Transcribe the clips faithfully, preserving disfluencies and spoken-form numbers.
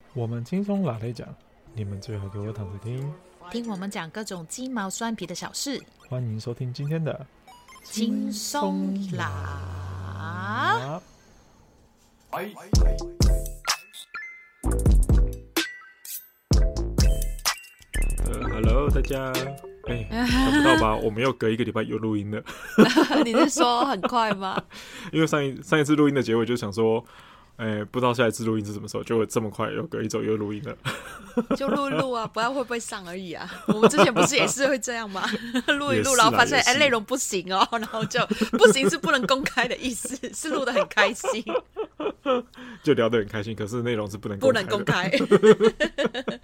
我们轻松拉来讲，你们最好给我躺着听， 听我们讲各种鸡毛蒜皮的小事。 欢迎收听今天的轻松啦。 呃 ，Hello， 大家，哎、欸，想不到吧？我们又隔一个礼拜有录音了。 你是说很快吗？ 因为上一上一次录音的结尾就想说，哎、欸，不知道下一次录音是什么时候，就这么快又隔一周又录音了。 就录一录啊，不知道会不会上而已啊。我们之前不是也是会这样吗？录一录，然后发现哎内容不行哦，然后就不行是不能公开的意思，是录得很开心， 就聊得很开心，可是内容是不能公开的。 不能公开。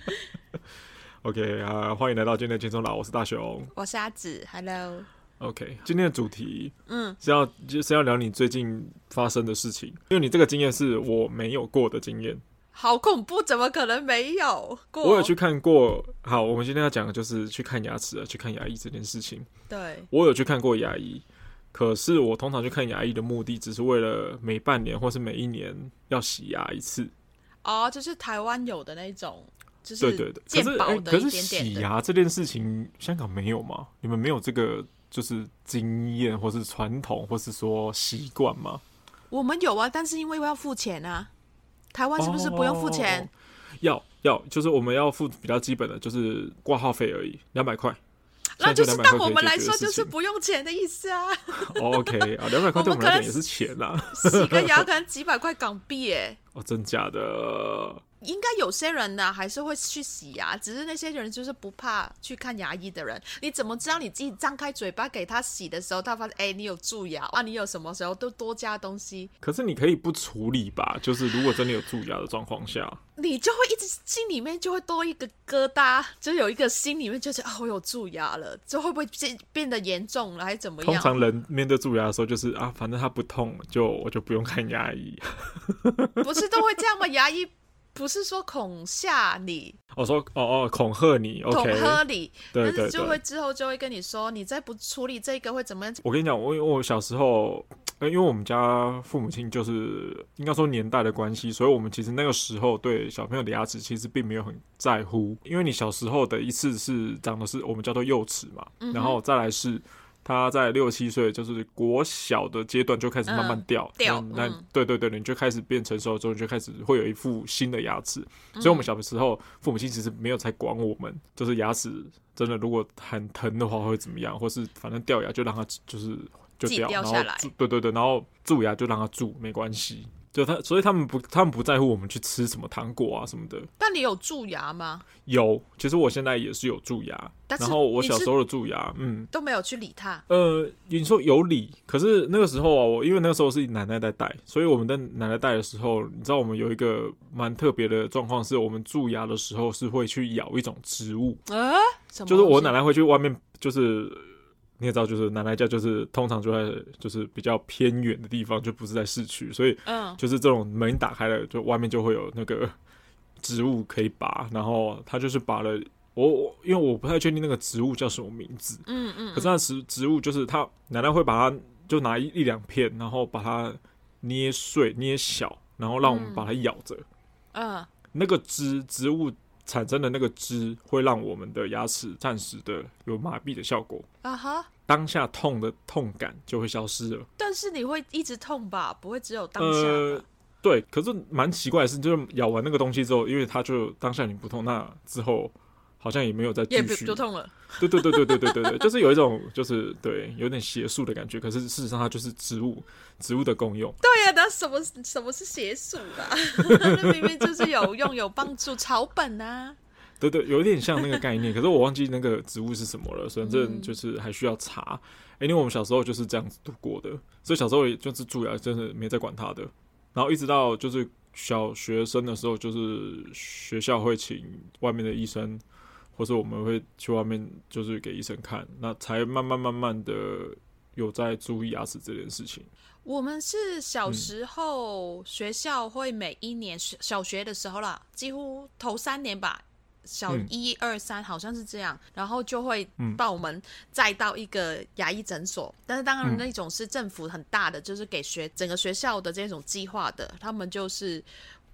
OK 啊、呃，欢迎来到今天的轻松啦，我是大雄， 我是阿紫 ，Hello。 OK， 今天的主题， 嗯， 是要就是要聊你最近发生的事情，因为你这个经验是我没有过的经验。 好恐怖，怎么可能没有过？ 我有去看过。好，我们今天要讲的就是去看牙齿啊，去看牙医这件事情。 对， 我有去看过牙医，可是我通常去看牙医的目的，只是为了每半年或是每一年要洗牙一次。 哦，就是台湾有的那种。就是健保的一点点的。 可是洗牙这件事情，香港没有吗？你们没有这个就是经验，或是传统，或是说习惯吗？ 我们有啊，但是因为要付钱啊。台湾是不是不用付钱？ 哦、要要，就是我们要付比较基本的，就是挂号费而已，两百块。 那就是对我们来说就是不用钱的意思啊。 哦、OK 啊，两百块对我们来讲也是钱啦。 洗个牙可能几百块港币耶。 哦，真假的？ 应该有些人呢还是会去洗牙，只是那些人就是不怕去看牙医的人。你怎么知道你自己张开嘴巴给他洗的时候，他发现哎、欸、你有蛀牙啊，你有什么时候都多加东西？ 可是你可以不处理吧？就是如果真的有蛀牙的状况下， 你就会一直心里面就会多一个疙瘩，就有一个心里面就是啊我有蛀牙了，就会不会变得严重了还是怎么样？ 通常人面对蛀牙的时候就是啊，反正他不痛，就我就不用看牙医。 不是都会这样吗？牙医不是说恐吓你， 我、哦、说哦哦恐吓你 ，OK， 恐吓你， 对对对， 但是就会之后就会跟你说，你再不处理这个会怎么样？ 我跟你讲，我因为我小时候，因为我们家父母亲就是应该说年代的关系，所以我们其实那个时候对小朋友的牙齿其实并没有很在乎，因为你小时候的一次是长的是我们叫做幼齿嘛，嗯、然后再来是。他在六七岁，就是国小的阶段就开始慢慢掉， 嗯、掉， 那、 嗯、 对对对，你就开始变成熟之后，你就开始会有一副新的牙齿。嗯、所以我们小的时候，父母亲其实没有在管我们，就是牙齿真的如果很疼的话会怎么样，或是反正掉牙就让它就是就掉， 掉下来， 然后对对对，然后蛀牙就让它蛀，没关系。就他，所以他们不，他们不在乎我们去吃什么糖果啊什么的。 但你有蛀牙吗？ 有，其实我现在也是有蛀牙，然后我小时候的蛀牙，嗯， 都没有去理它。 呃，你说有理，可是那个时候啊，我因为那个时候是奶奶在带，所以我们在奶奶带的时候，你知道我们有一个蛮特别的状况，是我们蛀牙的时候是会去咬一种植物， 呃， 就是我奶奶会去外面，就是你也知道，就是奶奶家就是通常就在就是比较偏远的地方，就不是在市区，所以就是这种门打开了，就外面就会有那个植物可以拔，然后他就是拔了我，因为我不太确定那个植物叫什么名字， 嗯嗯， 可是那植植物就是他奶奶会把它就拿一一两片，然后把它捏碎捏小，然后让我们把它咬着， 嗯，嗯那个植植物。产生的那个汁会让我们的牙齿暂时的有麻痹的效果啊哈，当下痛的痛感就会消失了。 但是你会一直痛吧？不会只有当下吧？ 呃，对。可是蛮奇怪的是，就是咬完那个东西之后，因为它就当下你不痛，那之后好像也没有再继续， 也不痛了。 对对对对对对对对，就是有一种就是对有点邪术的感觉。可是事实上它就是植物植物的功用。 对呀、啊，那什么什么是邪术啦？那明明就是有用有帮助，草本啊。 对对，有点像那个概念，可是我忘记那个植物是什么了，反正就是还需要查。哎、嗯，因为我们小时候就是这样子度过的，所以小时候也就是蛀牙，真的没在管它的。然后一直到就是小学生的时候，就是学校会请外面的医生。或是我们会去外面，就是给医生看，那才慢慢慢慢的有在注意牙齿这件事情。 我们是小时候、嗯、学校会每一年小学的时候啦，几乎头三年吧，小一二三好像是这样，然后就会把我们载到一个牙医诊所，但是当然那种是政府很大的，就是给学整个学校的这种计划的，他们就是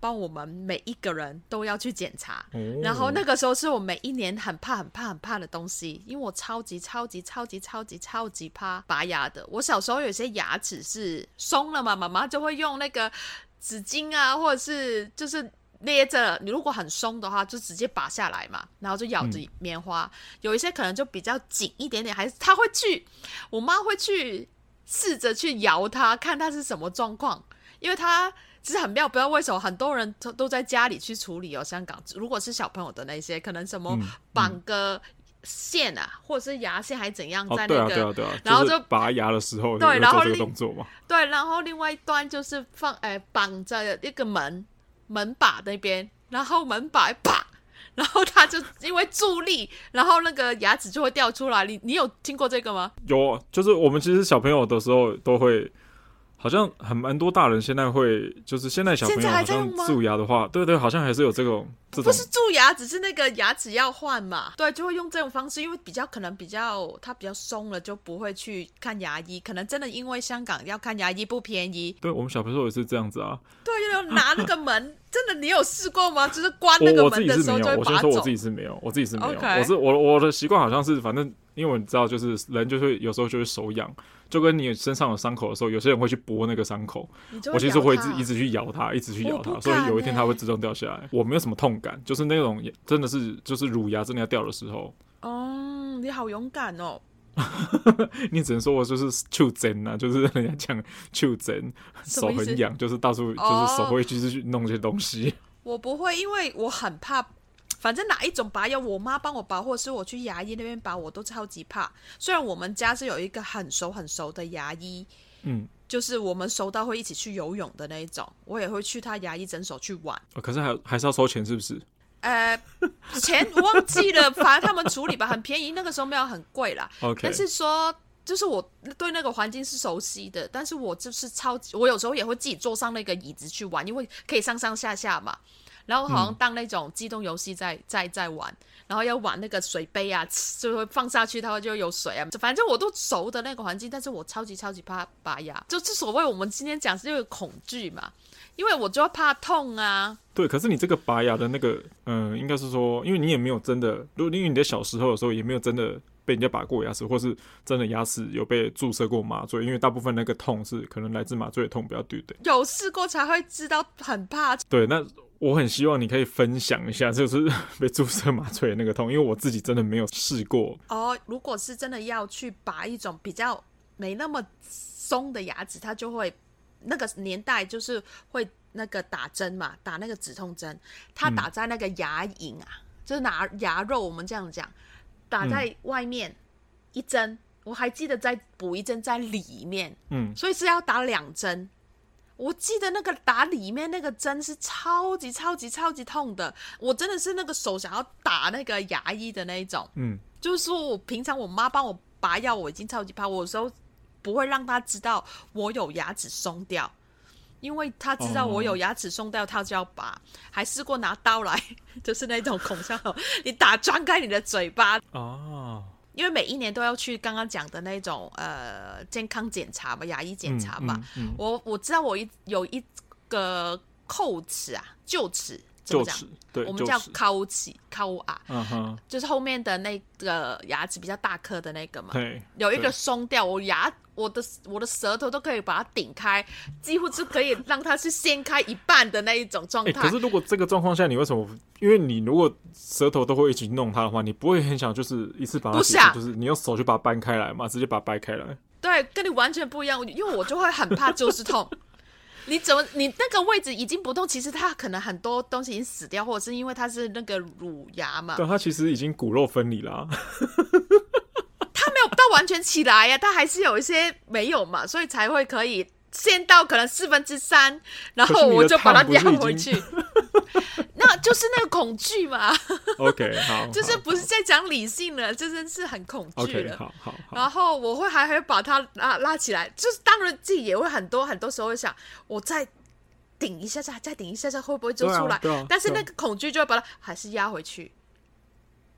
帮我们每一个人都要去检查、哦、然后那个时候是我每一年很怕很怕很怕的东西，因为我超级超级超级超级超级怕拔牙的。我小时候有些牙齿是松了嘛，妈妈就会用那个纸巾啊，或者是就是捏着，你如果很松的话就直接拔下来嘛，然后就咬着棉花、嗯、有一些可能就比较紧一点点，还是他会去，我妈会去试着去摇它，看它是什么状况，因为它其实很妙，不知道为什么很多人都在家里去处理哦。香港如果是小朋友的那些，可能什么绑个线啊、嗯嗯、或者是牙线还怎样在那个、 哦、对啊对啊对啊， 然后就、 就是拔牙的时候对，然后这个动作嘛， 对，然后另外一端就是放哎绑着一个门门把那边，然后门把啪，然后它就因为助力，然后那个牙齿就会掉出来。你你有听过这个吗？ 有，就是我们其实小朋友的时候都会，好像很蛮多大人现在会，就是现在小朋友好像蛀牙的话，对对，好像还是有这种这种， 不是蛀牙，只是那个牙齿要换嘛，对，就会用这种方式，因为比较可能比较它比较松了，就不会去看牙医，可能真的因为香港要看牙医不便宜。 对，我们小朋友也是这样子啊。对， 要拿那个门，真的你有试过吗？就是关那个门的时候就会拔走。 我先说我自己是没有，我自己是没有， okay. 我是我我的习惯好像是反正。因为你知道，就是人就会有时候就会手痒，就跟你身上有伤口的时候，有些人会去拨那个伤口，我其实会一直一直去咬它，一直去咬它，所以有一天它会自动掉下来。我没有什么痛感，就是那种真的是就是乳牙真的要掉的时候。 哦，你好勇敢哦！ 你只能说我就是手针啊，就是人家讲手针，手很痒，就是到处就是手会就是去弄这些东西。 我不会，因为我很怕。反正哪一种拔牙，我妈帮我拔，或者是我去牙医那边拔，我都超级怕。虽然我们家是有一个很熟很熟的牙医，嗯，就是我们熟到会一起去游泳的那一种，我也会去他牙医诊所去玩。 哦、可是还还是要收钱是不是？ 呃，钱忘记了，反正他们处理吧，很便宜，那个时候没有很贵啦。 OK， 但是说。就是我对那个环境是熟悉的，但是我就是超级，我有时候也会自己坐上那个椅子去玩，因为可以上上下下嘛。然后好像当那种机动游戏在在在玩，然后要玩那个水杯啊，就会放下去，它就有水啊。反正我都熟的那个环境，但是我超级超级怕拔牙，就是所谓我们今天讲是有恐惧嘛，因为我就怕痛啊。 对，可是你这个拔牙的那个，嗯、呃，应该是说，因为你也没有真的，如果因为你在小时候的时候也没有真的被人家拔过牙齿，或是真的牙齿有被注射过麻醉，因为大部分那个痛是可能来自麻醉的痛比较对的。 有试过才会知道很怕。 对，那我很希望你可以分享一下，就是被注射麻醉的那个痛，因为我自己真的没有试过。 哦，如果是真的要去拔一种比较没那么松的牙齿，它就会那个年代就是会那个打针嘛，打那个止痛针，它打在那个牙龈啊、嗯，就是拿牙肉，我们这样讲，打在外面一针、嗯，我还记得再补一针在里面，嗯，所以是要打两针。我记得那个打里面那个针是超级超级超级痛的，我真的是那个手想要打那个牙医的那一种，嗯，就是说我平常我妈帮我拔药，我已经超级怕，我有时候不会让她知道我有牙齿松掉，因为她知道我有牙齿松掉，她就要拔，还试过拿刀来，就是那种孔效，你打张开你的嘴巴哦。因为每一年都要去刚刚讲的那种呃健康检查嘛，牙医检查嘛。嗯嗯嗯、我我知道我一有一个臼齿啊，臼齿怎么讲？ 对， 我们叫臼齿臼啊、嗯，就是后面的那个牙齿比较大颗的那个嘛。 对， 有一个松掉，我牙我的我的舌头都可以把它顶开，几乎是可以让它是掀开一半的那一种状态、 欸。可是如果这个状况下，你为什么？因为你如果舌头都会一起弄它的话，你不会很想就是一次把它不想， 就是你用手就把它掰开来嘛，直接把它掰开来。 对，跟你完全不一样，因为我就会很怕就是痛。你怎么你那个位置已经不痛，其实它可能很多东西已经死掉，或者是因为它是那个乳牙嘛。 对，它其实已经骨肉分离啦。 它没有到完全起来呀、啊，它还是有一些没有嘛，所以才会可以先到可能四分之三，然后我就把它压回去。那就是那个恐惧嘛。 OK， 好， 就是不是在讲理性了，这真是很恐惧了。 Okay, 好好好。 然后我会还会把它拉拉起来，就是当然自己也会很多很多时候会想，我再顶一下下，再顶一下下会不会就出来？ 对啊对啊、 但是那个恐惧就会把它还是压回去。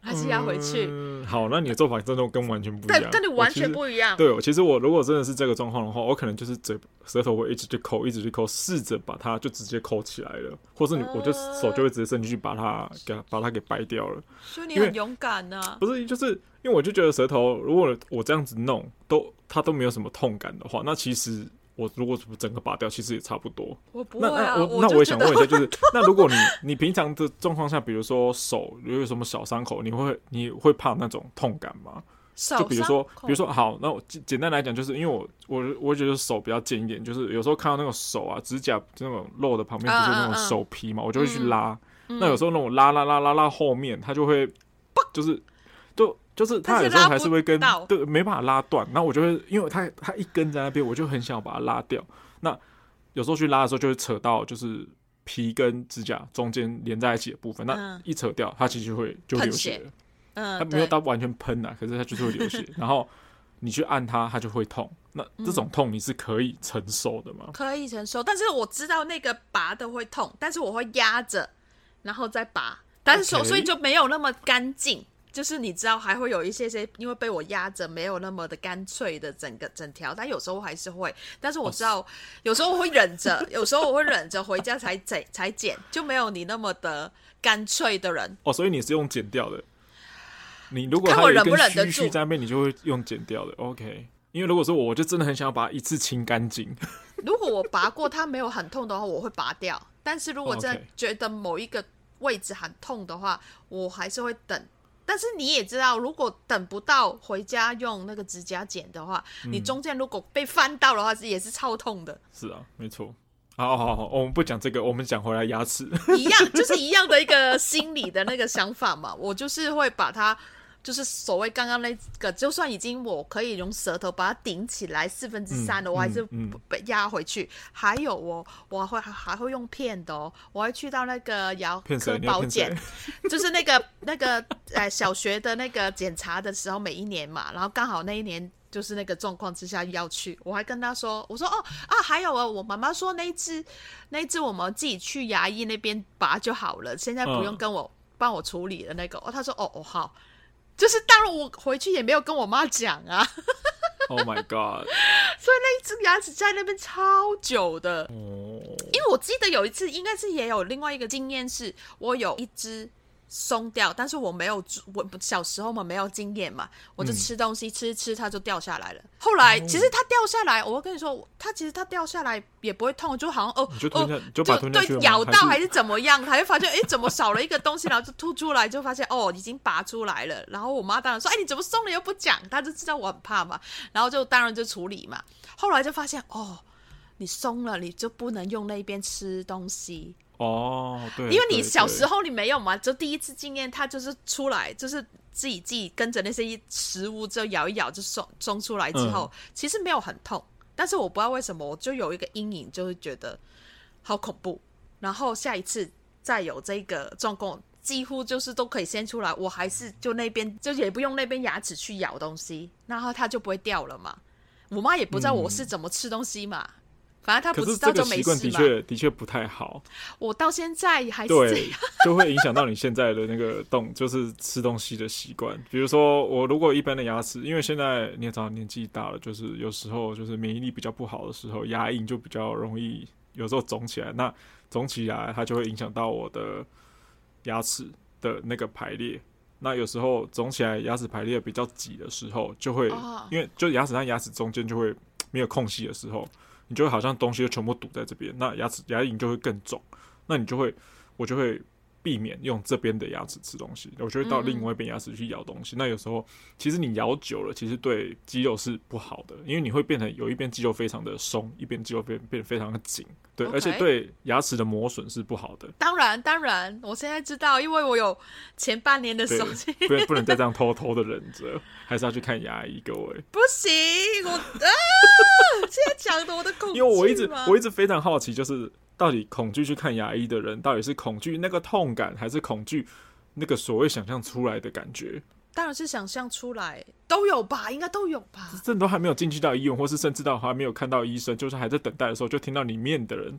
还是压回去？ 嗯，好，那你的做法真的跟完全不一样， 对，跟你完全不一样。 对，其实我如果真的是这个状况的话，我可能就是嘴舌头会一直去抠，一直去抠，试着把它就直接抠起来了，或是你、呃、我就手就会直接伸进去把它给把它给掰掉了。 所以你很勇敢啊！ 不是，就是因为我就觉得舌头，如果我这样子弄都它都没有什么痛感的话，那其实。我如果整个拔掉，其实也差不多。 我不会啊， 那我那我也想问一下，就是那如果你你平常的状况下，比如说手有什么小伤口，你会你会怕那种痛感吗？就比如说，比如说好，那我简单来讲，就是因为我我我觉得手比较尖一点，就是有时候看到那种手啊，指甲那种肉的旁边不是那种手皮嘛，嗯嗯嗯我就会去拉。嗯、那有时候那种拉拉拉拉拉后面，它就会就是就。就是它有时候还是会跟对没办法拉断，然后我就会因为它它一根在那边，我就很想把它拉掉。那有时候去拉的时候就会扯到就是皮跟指甲中间连在一起的部分，那一扯掉它其实就会就会流血了。嗯，它没有到完全喷啊，可是它就是会流血。然后你去按它，它就会痛。那这种痛你是可以承受的吗？ 可以承受，但是我知道那个拔的会痛，但是我会压着，然后再拔，但是手、okay. 所以就没有那么干净。就是你知道还会有一些些因为被我压着没有那么的干脆的整个整条，但有时候还是会，但是我知道有时候我会忍着，有时候我会忍着回家才剪才剪，就没有你那么的干脆的人。 哦，所以你是用剪掉的。你如果还有一根须须在那边，你就会用剪掉的。OK， 因为如果说我，我就真的很想要把它一次清干净。 如果我拔过它没有很痛的话，我会拔掉。但是如果真的觉得某一个位置很痛的话，我还是会等。但是你也知道，如果等不到回家用那个指甲剪的话，嗯、你中间如果被翻到的话，也是超痛的。 是啊，没错。好好好，我们不讲这个，我们讲回来牙齿。 一样，就是一样的一个心理的那个想法嘛。我就是会把它，就是所谓刚刚那个，就算已经我可以用舌头把它顶起来四分之三了，嗯、我还是被压回去。嗯嗯、还有我，我会还会用片的哦，我会去到那个牙科保检，就是那个那个呃小学的那个检查的时候，每一年嘛，然后刚好那一年。就是那个状况之下要去，我还跟他说，我说哦啊，还有啊，我妈妈说那一只那一只我们自己去牙医那边拔就好了，现在不用跟我帮、嗯、我处理的那个。哦，他说哦哦好，就是当然我回去也没有跟我妈讲啊。 Oh my god！ 所以那一只牙齿在那边超久的，哦、因为我记得有一次，应该是也有另外一个经验是，我有一只。松掉，但是我没有，我小时候嘛没有经验嘛，我就吃东西、嗯、吃吃它就掉下来了。后来其实它掉下来，我跟你说，它其实它掉下来也不会痛，就好像哦你就吞下、哦、就把吞下去了吗？ 对，咬到还是怎么样，才会发现哎怎么少了一个东西，然后就吐出来，就发现哦已经拔出来了。然后我妈当然说哎你怎么松了又不讲，她就知道我很怕嘛，然后就当然就处理嘛。后来就发现哦你松了，你就不能用那边吃东西。 哦，对， 因为你小时候你没有嘛，就第一次经验，它就是出来，就是自己自己跟着那些食物就咬一咬就松松出来之后、嗯，其实没有很痛，但是我不知道为什么，我就有一个阴影，就会觉得好恐怖。然后下一次再有这个状况，几乎就是都可以先出来，我还是就那边就也不用那边牙齿去咬东西，然后它就不会掉了嘛。我妈也不知道我是怎么吃东西嘛。嗯反正他不知道就没事嘛。可是这个习惯的确的确不太好。我到现在还是这样， 对，就会影响到你现在的那个动，就是吃东西的习惯。比如说，我如果一般的牙齿，因为现在你也知道年纪大了，就是有时候就是免疫力比较不好的时候，牙龈就比较容易有时候肿起来。那肿起来，它就会影响到我的牙齿的那个排列。那有时候肿起来，牙齿排列比较挤的时候，就会、哦、因为就牙齿和牙齿中间就会没有空隙的时候。你就会好像东西就全部堵在这边，那牙齿牙龈就会更肿，那你就会我就会避免用这边的牙齿吃东西，我就会到另外一边牙齿去咬东西、嗯、那有时候其实你咬久了其实对肌肉是不好的，因为你会变成有一边肌肉非常的松，一边肌肉变变得非常的紧，对、okay. 而且对牙齿的磨损是不好的。 当然当然我现在知道，因为我有前半年的手机不, 不能再这样偷偷的忍着，还是要去看牙医。各位不行，我啊现在讲的我的恐惧， 因为我一直我一直非常好奇，就是到底恐惧去看牙医的人，到底是恐惧那个痛感，还是恐惧那个所谓想象出来的感觉？ 当然是想象出来，都有吧，应该都有吧。 这都还没有进去到医院，或是甚至到还没有看到医生，就是还在等待的时候，就听到里面的人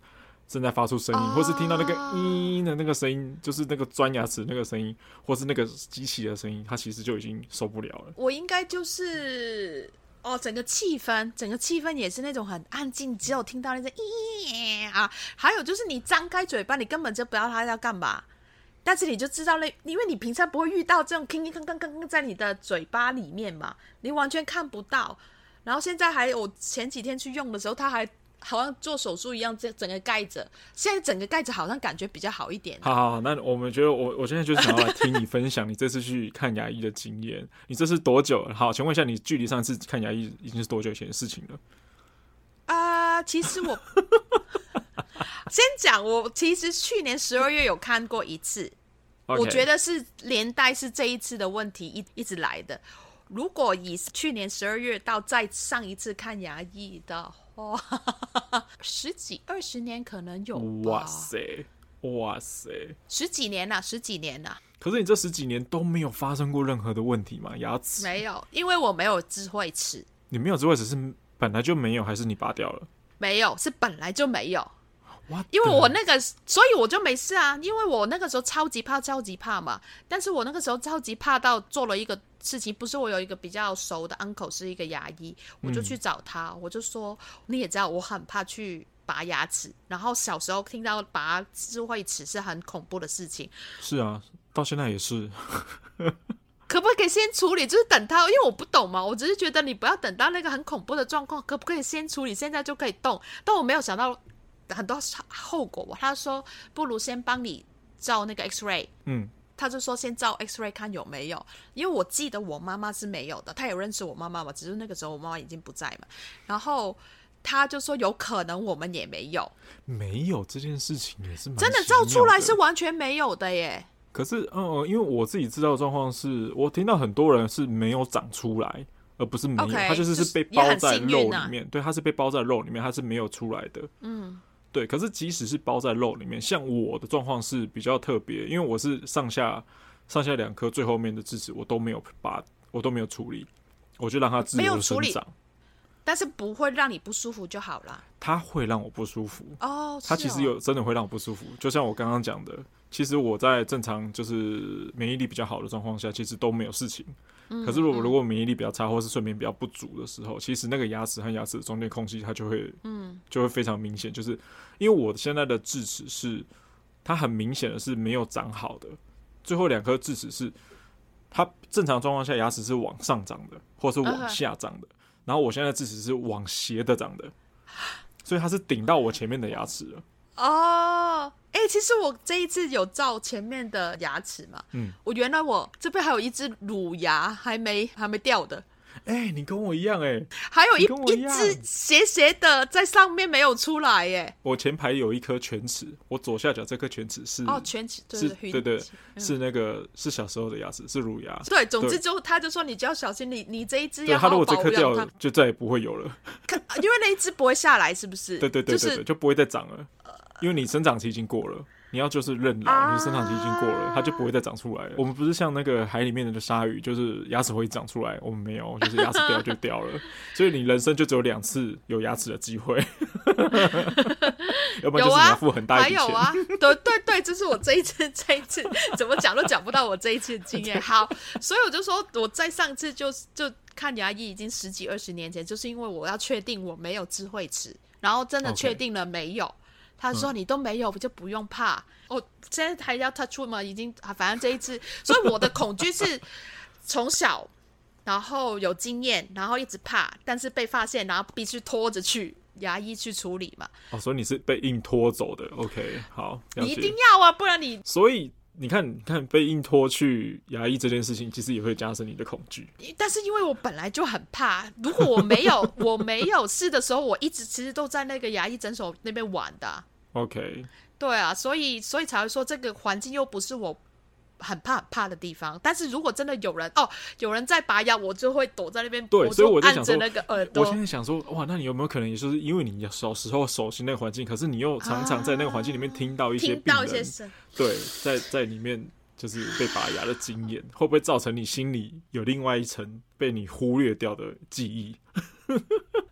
正在发出声音， oh. 或是听到那个咦的那个声音，就是那个钻牙齿那个声音，或是那个机器的声音，他其实就已经受不了了。 我应该就是哦，整个气氛，整个气氛也是那种很安静，只有听到那个咦啊，还有就是你张开嘴巴，你根本就不知道他要干嘛，但是你就知道那，因为你平常不会遇到这种吭吭吭吭吭在你的嘴巴里面嘛，你完全看不到。然后现在还，我前几天去用的时候，他还好像做手术一样，整个盖着。现在整个盖着好像感觉比较好一点。 好好好，那我们觉得我我现在就想要来听你分享你这次去看牙医的经验。你这是多久了？好，请问一下，你距离上次看牙医已经是多久以前的事情了？ 啊、呃，其实我先讲，我其实去年十二月有看过一次， okay. 我觉得是连带是这一次的问题一一直来的。如果以去年十二月到再上一次看牙医的话，十几二十年可能有吧。 哇塞，哇塞， 十几年了，十几年了。 可是你这十几年都没有发生过任何的问题吗？牙齿没有，因为我没有智慧齿。 你没有智慧齿是本来就没有，还是你拔掉了？ 没有，是本来就没有。因为我那个，所以我就没事啊。因为我那个时候超级怕，超级怕嘛。但是我那个时候超级怕到做了一个事情，不是我有一个比较熟的 uncle 是一个牙医，我就去找他，嗯、我就说你也知道我很怕去拔牙齿，然后小时候听到拔智慧齿是很恐怖的事情。 是啊，到现在也是。 可不可以先处理？就是等他，因为我不懂嘛，我只是觉得你不要等到那个很恐怖的状况，可不可以先处理？现在就可以动。但我没有想到很多后果，他说不如先帮你照那个 X-ray， 嗯，他就说先照 X-ray 看有没有，因为我记得我妈妈是没有的，他也认识我妈妈嘛，只是那个时候我妈妈已经不在嘛，然后他就说有可能我们也没有， 没有这件事情也是蛮真的照出来是完全没有的耶。 可是嗯，因为我自己知道的状况是，我听到很多人是没有长出来，而不是没有， okay, 他就是是被包在肉里面， 啊、 对，他是被包在肉里面，他是没有出来的，嗯。对，可是即使是包在肉里面，像我的状况是比较特别，因为我是上下上下两颗最后面的智齿我都没有拔，我都没有处理，我就让它自由生长， 但是不会让你不舒服就好了。它会让我不舒服哦， 它其实有真的会让我不舒服，就像我刚刚讲的，其实我在正常就是免疫力比较好的状况下，其实都没有事情。可是如果如果免疫力比较差，或是睡眠比较不足的时候，其实那个牙齿和牙齿的中间空隙，它就会，嗯，就会非常明显。就是因为我现在的智齿是，它很明显的是没有长好的，最后两颗智齿是，它正常状况下牙齿是往上长的，或是往下长的， uh-huh. 然后我现在的智齿是往斜的长的，所以它是顶到我前面的牙齿了。 哦，哎、欸，其实我这一次有照前面的牙齿嘛，嗯，我原来我这边还有一只乳牙还没还没掉的， 哎、欸，你跟我一样哎、欸， 还有一一只斜斜的在上面没有出来哎、欸。 我前排有一颗犬齿，我左下角这颗犬齿是哦犬齿， 是，对对，嗯、是那个是小时候的牙齿，是乳牙。 对，总之就他就说你就要小心你，你你这一只要好好保养它。 他如果这颗掉了，就再也不会有了， 因为那一只不会下来，是不是？ 对对对对对，就是、就不会再长了。因为你生长期已经过了，你要就是认老，啊、你生长期已经过了，它就不会再长出来了。我们不是像那个海里面的鲨鱼，就是牙齿会长出来，我们没有，就是牙齿掉就掉了。所以你人生就只有两次有牙齿的机会，要不然就是你要付很大一笔钱。 有啊，还有啊，对对对，这是我这一次这一次怎么讲都讲不到我这一次的经验。好，所以我就说我在上次就就看牙医已经十几二十年前，就是因为我要确定我没有智慧齿，然后真的确定了没有。Okay.他说你都没有就不用怕，我、嗯哦、现在还要 touch wood 嘛，已经反正这一次，所以我的恐惧是从小然后有经验，然后一直怕，但是被发现，然后必须拖着去牙医去处理嘛。 哦，所以你是被硬拖走的 ，OK， 好， 你一定要啊，不然你所以。你看，你看，被硬拖去牙医这件事情，其实也会加深你的恐惧。 但是因为我本来就很怕，如果我没有我没有事的时候，我一直其实都在那个牙医诊所那边玩的、啊。 OK。 对啊，所以所以才会说这个环境又不是我很怕很怕的地方。但是如果真的有人哦，有人在拔牙，我就会躲在那边， 对，所以我就按着那个耳朵。 我现在想说，哇，那你有没有可能也就是因为你小时候熟悉那个环境，可是你又常常在那个环境里面听到一些病人， 听到一些声， 对，在在里面。就是被拔牙的经验，会不会造成你心里有另外一层被你忽略掉的记忆？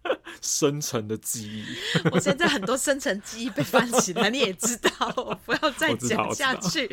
深层的记忆。 我现在很多深层记忆被翻起来，你也知道，我不要再讲下去。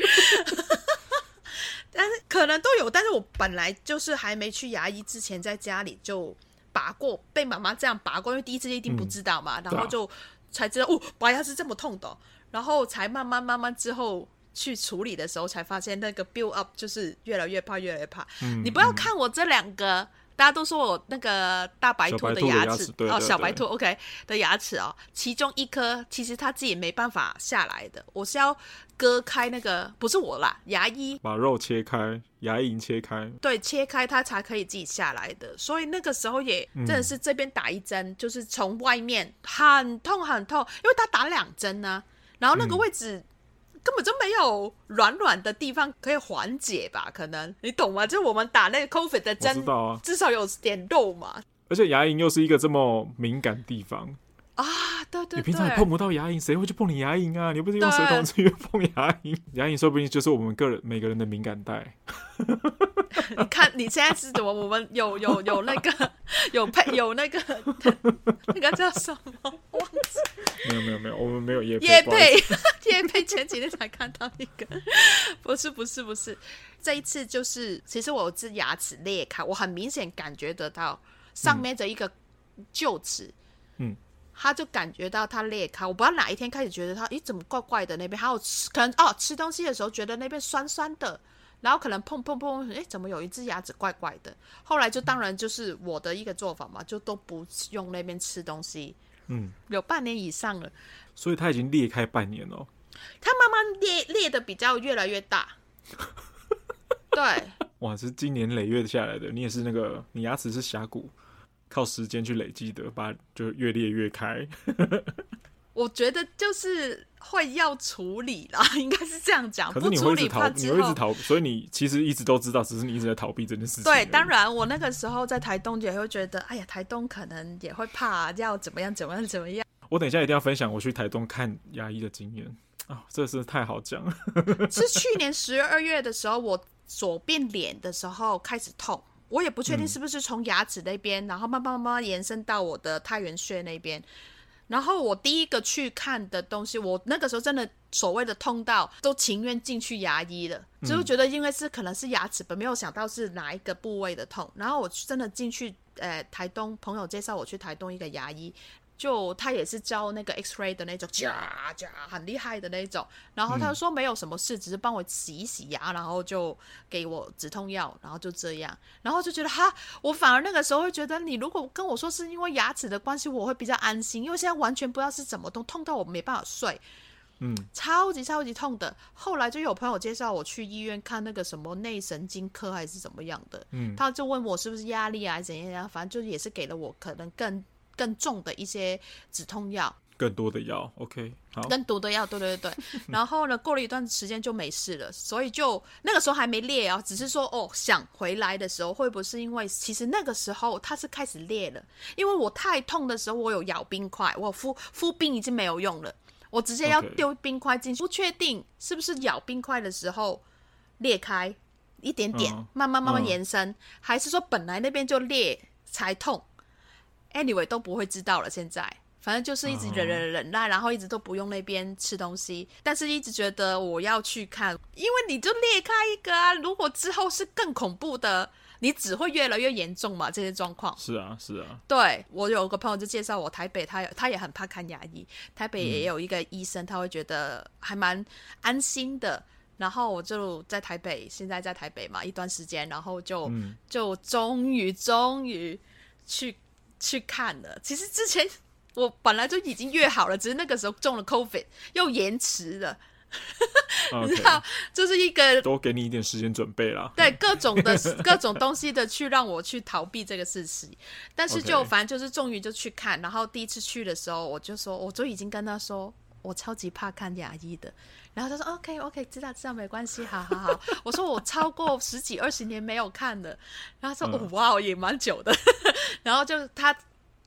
但是可能都有，但是我本来就是还没去牙医之前，在家里就拔过，被妈妈这样拔过，因为第一次一定不知道嘛，嗯、然后就才知道哦，拔牙是这么痛的、哦，然后才慢慢慢慢之后去处理的时候，才发现那个 build up 就是越来越怕，越来越怕。嗯、你不要看我这两个。大家都说我那个大白兔的牙齿， 对对对哦，小白兔 OK 的牙齿哦，其中一颗其实他自己没办法下来的，我是要割开那个，不是我啦，牙医把肉切开，牙龈切开， 对，切开它才可以自己下来的，所以那个时候也真的是这边打一针，嗯、就是从外面很痛很痛，因为他打两针呢、啊，然后那个位置。嗯根本就没有软软的地方可以缓解吧？可能你懂吗？就是我们打那个 COVID 的针， 我知道啊， 至少有点肉嘛。 而且牙龈又是一个这么敏感的地方啊，对对对， 你平常也碰不到牙龈，谁会去碰你牙龈啊？你不是用水桶去碰牙龈？牙龈说不定就是我们个人每个人的敏感带。 你看你现在是怎么？我们有有有那个有配有那个那个叫什么？忘记。 没有没有没有，我们没有业配。 业配业配前几天才看到一个，不是不是不是，这一次就是其实我有只牙齿裂开，我很明显感觉得到上面的一个臼齿，嗯，他就感觉到它裂开。我不知道哪一天开始觉得它，咦，怎么怪怪的那边？还有吃可能哦，吃东西的时候觉得那边酸酸的。然后可能碰碰碰，哎，怎么有一只牙齿怪怪的？后来就当然就是我的一个做法嘛，就都不用那边吃东西。嗯，有半年以上了， 所以它已经裂开半年了。 它慢慢裂裂的比较越来越大。对， 哇，是经年累月下来的。你也是那个，你牙齿是峡谷，靠时间去累积的，把就越裂越开。 我觉得就是会要处理啦，应该是这样讲。 可是你会一直逃，你会一直逃，所以你其实一直都知道，只是你一直在逃避这件事情。 对，当然我那个时候在台东也会觉得，哎呀，台东可能也会怕要怎么样怎么样怎么样。 我等一下一定要分享我去台东看牙医的经验啊、哦，这是太好讲了。 是去年十二月的时候，我左边脸的时候开始痛，我也不确定是不是从牙齿那边，嗯、然后慢慢慢慢延伸到我的太阳穴那边。然后我第一个去看的东西，我那个时候真的所谓的痛到都情愿进去牙医了，就觉得因为是可能是牙齿本，没有想到是哪一个部位的痛。然后我真的进去，呃，台东朋友介绍我去台东一个牙医，就他也是教那个 X-ray 的那种，夹夹很厉害的那种。然后他说没有什么事，只是帮我洗一洗牙，然后就给我止痛药，然后就这样。然后就觉得哈，我反而那个时候会觉得，你如果跟我说是因为牙齿的关系，我会比较安心，因为现在完全不知道是怎么痛，痛到我没办法睡。嗯，超级超级痛的。后来就有朋友介绍我去医院看那个什么内神经科还是怎么样的，嗯，他就问我是不是压力啊，还是怎样，反正就也是给了我可能更更重的一些止痛药， 更多的药 ，OK， 好， 更多的药，对对对。然后呢，过了一段时间就没事了，所以就那个时候还没裂啊，只是说哦，想回来的时候会不会是因为其实那个时候它是开始裂了，因为我太痛的时候，我有咬冰块，我敷敷冰已经没有用了。我直接要丢冰块进去， okay. 不确定是不是咬冰块的时候裂开一点点，嗯、慢慢慢慢延伸，嗯、还是说本来那边就裂才痛 ？Anyway 都不会知道了。现在反正就是一直忍忍忍耐，然后一直都不用那边吃东西，但是一直觉得我要去看，因为你就裂开一个啊，如果之后是更恐怖的。你只会越来越严重嘛，这些状况。 是啊，是啊。 对，我有个朋友就介绍我台北，他他也很怕看牙医，台北也有一个医生，他会觉得还蛮安心的。然后我就在台北，现在在台北嘛一段时间，然后就、嗯、就终于终于去去看了。其实之前我本来就已经约好了，只是那个时候中了 COVID 又延迟了。你知道，就是一个多给你一点时间准备啦。 对，各种的各种东西的去让我去逃避这个事情，但是就反正就是终于就去看。然后第一次去的时候，我就说，我就已经跟他说，我超级怕看牙医的。然后他说 OK OK 知道知道没关系，好好好。我说我超过十几二十年没有看了。然后他说、嗯、哦哇也蛮久的。然后就他。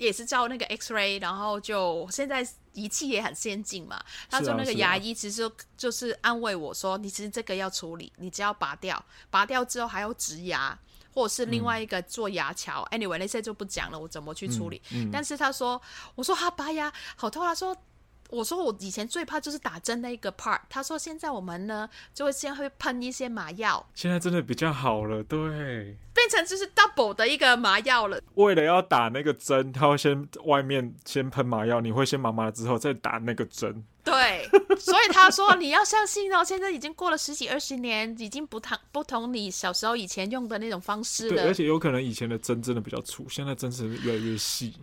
也是照那个 X-ray， 然后就现在仪器也很先进嘛，他说那个牙医其实就是安慰我说，你其实这个要处理，你只要拔掉，拔掉之后还要植牙。或者是另外一个做牙桥、嗯、anyway 那些就不讲了，我怎么去处理、嗯嗯、但是他说，我说他拔牙好痛，他说我说我以前最怕就是打针那个 part， 他说现在我们呢就会先会喷一些麻药， 现在真的比较好了，对， 变成就是 double 的一个麻药了。 为了要打那个针，他会先外面先喷麻药，你会先麻麻之后再打那个针。 对，所以他说你要相信哦，现在已经过了十几二十年，已经不同不同你小时候以前用的那种方式了。 对，而且有可能以前的针真的比较粗，现在针是越来越细。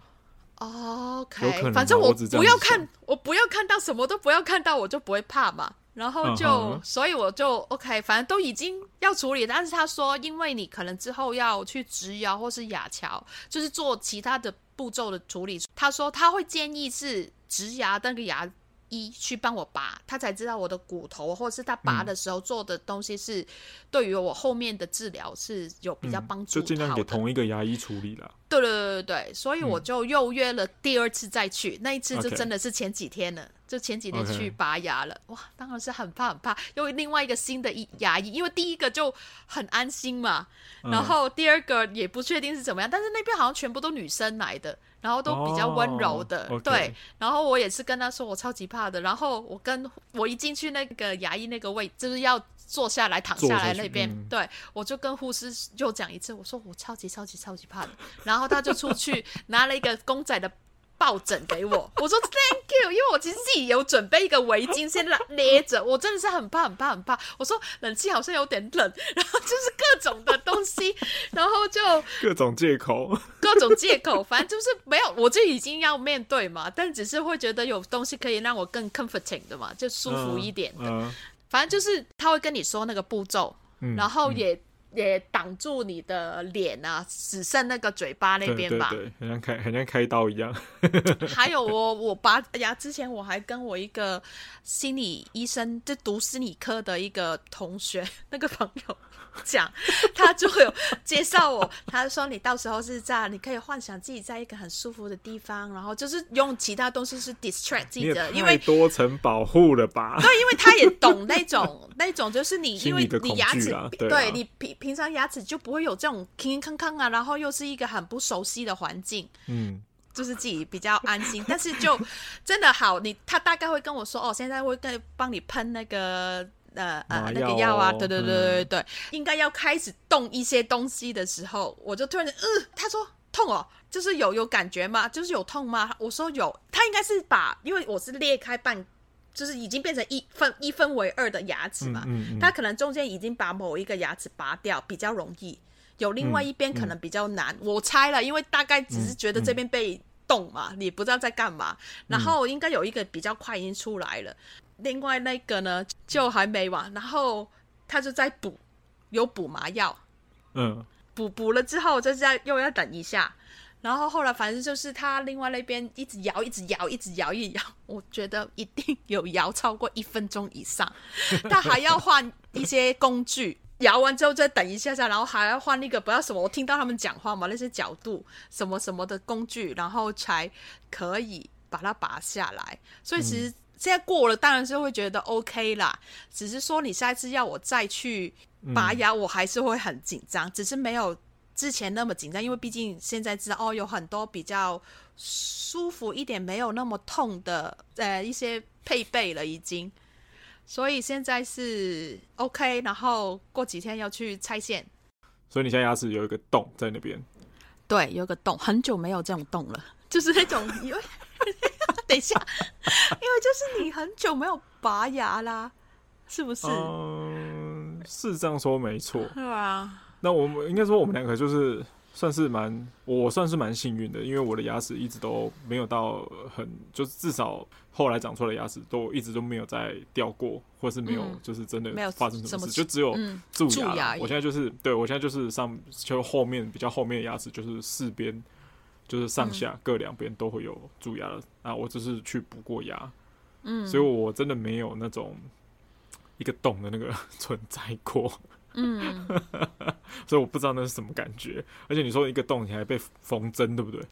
OK， 反正我不要看，我不要看到什么都不要看到，我就不会怕嘛。然后就， uh-huh. 所以我就 OK， 反正都已经要处理，但是他说，因为你可能之后要去植牙或是牙桥，就是做其他的步骤的处理。他说他会建议是植牙那个牙医去帮我拔，他才知道我的骨头或者是他拔的时候做的东西是对于我后面的治疗是有比较帮助的、嗯、 就尽量给同一个牙医处理啦。 对对对对，所以我就又约了第二次再去、嗯、那一次就真的是前几天了、okay. 就前几天去拔牙了、okay. 哇，当然是很怕很怕，因为另外一个新的牙医，因为第一个就很安心嘛、嗯、然后第二个也不确定是怎么样，但是那边好像全部都女生来的，然后都比较温柔的、哦 okay. 对，然后我也是跟他说我超级怕的，然后我跟我一进去那个牙医那个位就是要坐下来躺下来那边、嗯、对，我就跟护士又讲一次，我说我超级超级超级怕的，然后他就出去拿了一个公仔的抱枕给我，我说 thank you， 因为我其实自己有准备一个围巾先勒着，我真的是很怕很怕很怕，我说冷气好像有点冷，然后就是各种的东西，然后就各种借口各种借口，反正就是没有，我就已经要面对嘛，但只是会觉得有东西可以让我更 comforting 的嘛，就舒服一点的、嗯嗯、反正就是他会跟你说那个步骤、嗯、然后也、嗯也挡住你的脸啊，只剩那个嘴巴那边吧。 对对对，很像开很像开刀一样。 还有我我拔牙之前，我还跟我一个心理医生，就读心理科的一个同学，那个朋友讲，他就有介绍我，他说你到时候是在，你可以幻想自己在一个很舒服的地方，然后就是用其他东西是 distract 自己的， 因为多层保护了吧？ 对，因为他也懂那种那种，就是你因为你牙齿， 对, 对你平平常牙齿就不会有这种铿铿锵锵啊，然后又是一个很不熟悉的环境，嗯。就是自己比较安心，但是就真的好，你他大概会跟我说哦，现在会跟帮你喷那个呃呃那个药啊，对对对对对、嗯，应该要开始动一些东西的时候，我就突然嗯，他说痛哦，就是有有感觉吗？就是有痛吗？我说有，他应该是把，因为我是裂开半，就是已经变成一分一分为二的牙齿嘛，嗯嗯嗯，他可能中间已经把某一个牙齿拔掉，比较容易。有另外一边可能比较难、嗯嗯、我猜了，因为大概只是觉得这边被动嘛、嗯、你不知道在干嘛、嗯、然后应该有一个比较快已经出来了，另外那个呢就还没完，然后他就在补，有补麻药，嗯，补补了之后就是要又要等一下，然后后来反正就是他另外那边一直摇一直摇一直摇一直摇，我觉得一定有摇超过一分钟以上，他还要换一些工具，摇完之后再等一下下，然后还要换那个不知道什么，我听到他们讲话嘛，那些角度什么什么的工具，然后才可以把它拔下来。所以其实现在过了当然是会觉得 OK 啦，只是说你下一次要我再去拔牙、嗯、我还是会很紧张，只是没有之前那么紧张，因为毕竟现在知道哦，有很多比较舒服一点没有那么痛的呃一些配备了已经，所以现在是 OK， 然后过几天要去拆线。 所以你现在牙齿有一个洞在那边？ 对，有一个洞，很久没有这种洞了，就是那种因为等一下，因为就是你很久没有拔牙啦，是不是？嗯， 是这样说没错。 对啊。 那我们应该说我们两个就是算是蛮，我算是蛮幸运的，因为我的牙齿一直都没有到很，就是至少后来长出来的牙齿都一直都没有再掉过，或是没有就是真的发生什么事，嗯、就只有蛀牙、嗯、牙。我现在就是对我现在就是上就后面比较后面的牙齿就是四边，就是上下、嗯、各两边都会有蛀牙了啊，我就是去补过牙，嗯，所以我真的没有那种一个洞的那个存在过。嗯，所以我不知道那是什么感觉，而且你说一个洞你还被缝针，对不对？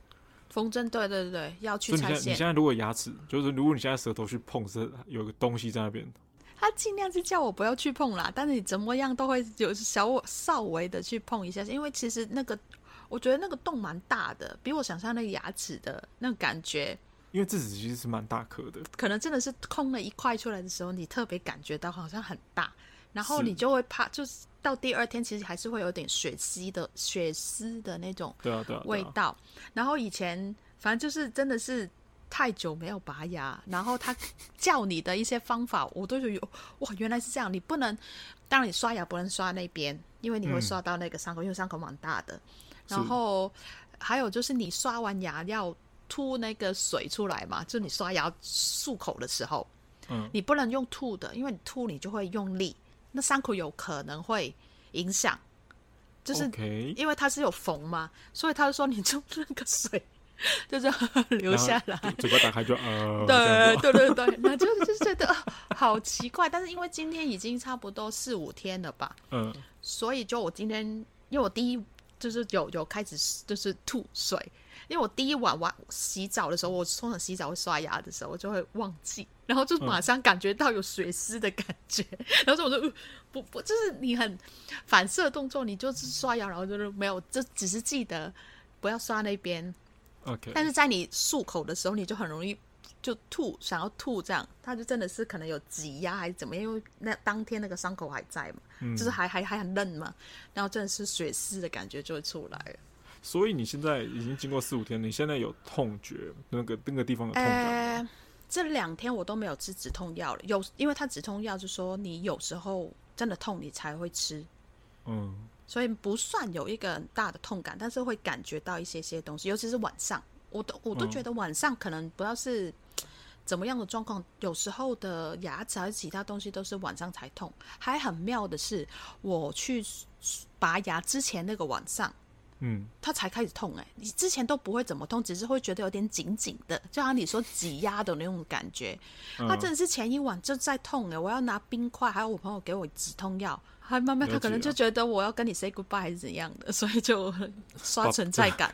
缝针，对对对，要去拆线。 所以你现在你现在如果牙齿，就是如果你现在舌头去碰，是有个东西在那边。 他尽量是叫我不要去碰啦，但是你怎么样都会有小稍微的去碰一下，因为其实那个我觉得那个洞蛮大的，比我想象那个牙齿的那个感觉。 因为智齿其实是蛮大颗的， 可能真的是空了一块出来的时候，你特别感觉到好像很大，然后你就会怕，就是到第二天其实还是会有点血丝的血丝的那种味道。 对啊对啊对啊。 然后以前反正就是真的是太久没有拔牙，然后他教你的一些方法，我都觉得哇，原来是这样。你不能，当然你刷牙不能刷那边，因为你会刷到那个伤口，嗯、因为伤口蛮大的。然后还有就是你刷完牙要吐那个水出来嘛，就你刷牙漱口的时候，嗯，你不能用吐的，因为你吐你就会用力，那伤口有可能会影响。就是因为它是有缝嘛，所以他就说你就那个水就是流下来， 嘴巴打开就呃， 对对对对，那就是觉得好奇怪。但是因为今天已经差不多四五天了吧，嗯，所以就我今天，因为我第一就是有有开始就是吐水，因为我第一晚晚洗澡的时候，我通常洗澡会刷牙的时候，我就会忘记，然后就马上感觉到有水丝的感觉，嗯、然后我就、呃、不不，就是你很反射动作，你就是刷牙，然后就是没有，就只是记得不要刷那边。 Okay. 但是在你漱口的时候，你就很容易就吐，想要吐这样，它就真的是可能有挤压还是怎么样，因为那当天那个伤口还在嘛，嗯、就是还还还很嫩嘛，然后真的是血丝的感觉就会出来了。 所以你现在已经经过四五天，你现在有痛觉，那个那个地方有痛感吗？ 呃、这两天我都没有吃止痛药了，有，因为它止痛药就说你有时候真的痛你才会吃，嗯。所以不算有一个很大的痛感，但是会感觉到一些些东西，尤其是晚上，我都我都觉得晚上可能不知道是怎么样的状况，有时候的牙齿还是其他东西都是晚上才痛。还很妙的是，我去拔牙之前那个晚上，嗯，它才开始痛哎、欸，你之前都不会怎么痛，只是会觉得有点紧紧的，就像你说挤压的那种感觉。它真的是前一晚就在痛哎、欸，我要拿冰块，还有我朋友给我止痛药。还慢慢他可能就觉得我要跟你 say goodbye 还是怎样的，所以就刷存在感。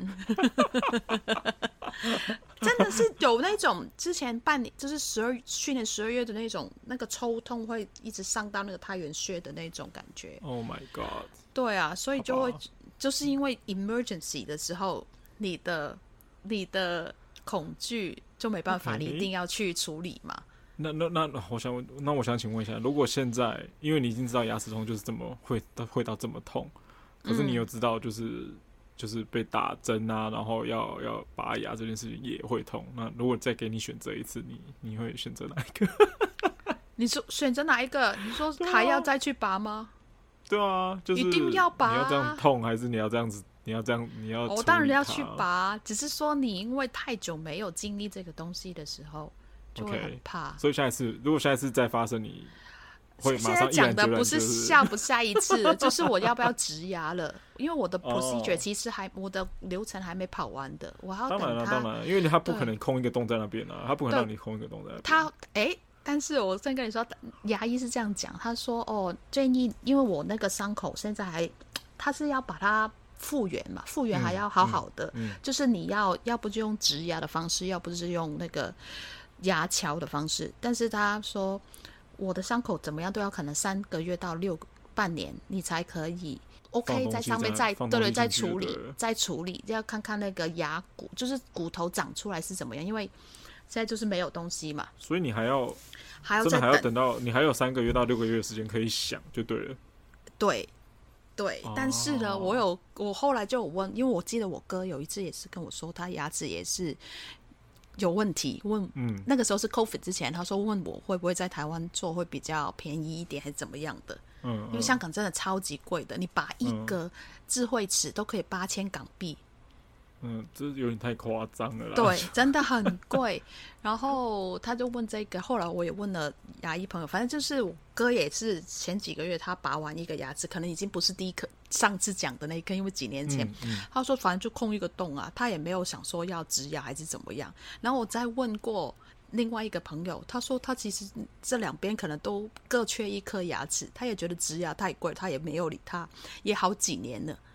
真的是有那种之前半年就是十二去年十二月的那种那个抽痛会一直上到那个太阳穴的那种感觉。 Oh my god！ 对啊，所以就会就是因为 emergency 的时候，你的你的恐惧就没办法， okay. 你一定要去处理嘛。 那那那我想那我想请问一下，如果现在因为你已经知道牙齿痛就是这么会会到这么痛，可是你有知道就是、嗯、就是被打针啊，然后要要拔牙这件事情也会痛，那如果再给你选择一次，你你会选择哪一个？ 你说选择哪一个？你说还要再去拔吗？ 对啊，就是一定要拔。 你要这样痛，还是你要这样子？你要这样，你要我、哦、当然要去拔，只是说你因为太久没有经历这个东西的时候。就会很怕， okay, 所以下一次如果下一次再发生，你会马上毅然决然、就是、 现在讲的不是下不下一次，就是我要不要植牙了？因为我的 procedure 其实还、哦、我的流程还没跑完的，我还要等他。 当然了，当然了，因为他不可能空一个洞在那边啊，他不可能让你空一个洞在那边。 他哎、欸，但是我先跟你说，牙医是这样讲，他说哦，建议因为我那个伤口现在还，他是要把它复原嘛，复原还要好好的，嗯嗯、就是你要要不就用植牙的方式，要不就是用那个。牙桥的方式，但是他说我的伤口怎么样都要可能三个月到六个半年，你才可以 OK 在上面再对对再处理再处理，要看看那个牙骨就是骨头长出来是怎么样，因为现在就是没有东西嘛， 所以你还要还要真的还要等到你还有三个月到六个月的时间可以想就对了。 对对，哦、但是呢，我有我后来就有问，因为我记得我哥有一次也是跟我说，他牙齿也是。有问题问、嗯，那个时候是 COVID 之前，他说问我会不会在台湾做会比较便宜一点，还是怎么样的？嗯，因为香港真的超级贵的，你拔一个智慧齿都可以八千港币。 嗯，这有点太夸张了啦。 对，真的很贵。然后他就问这个，后来我也问了牙医朋友，反正就是我哥也是前几个月他拔完一个牙齿，可能已经不是第一颗上次讲的那一颗，因为几年前、嗯嗯、他说反正就空一个洞啊，他也没有想说要植牙还是怎么样。然后我再问过另外一个朋友，他说他其实这两边可能都各缺一颗牙齿，他也觉得植牙太贵，他也没有理他，也好几年了。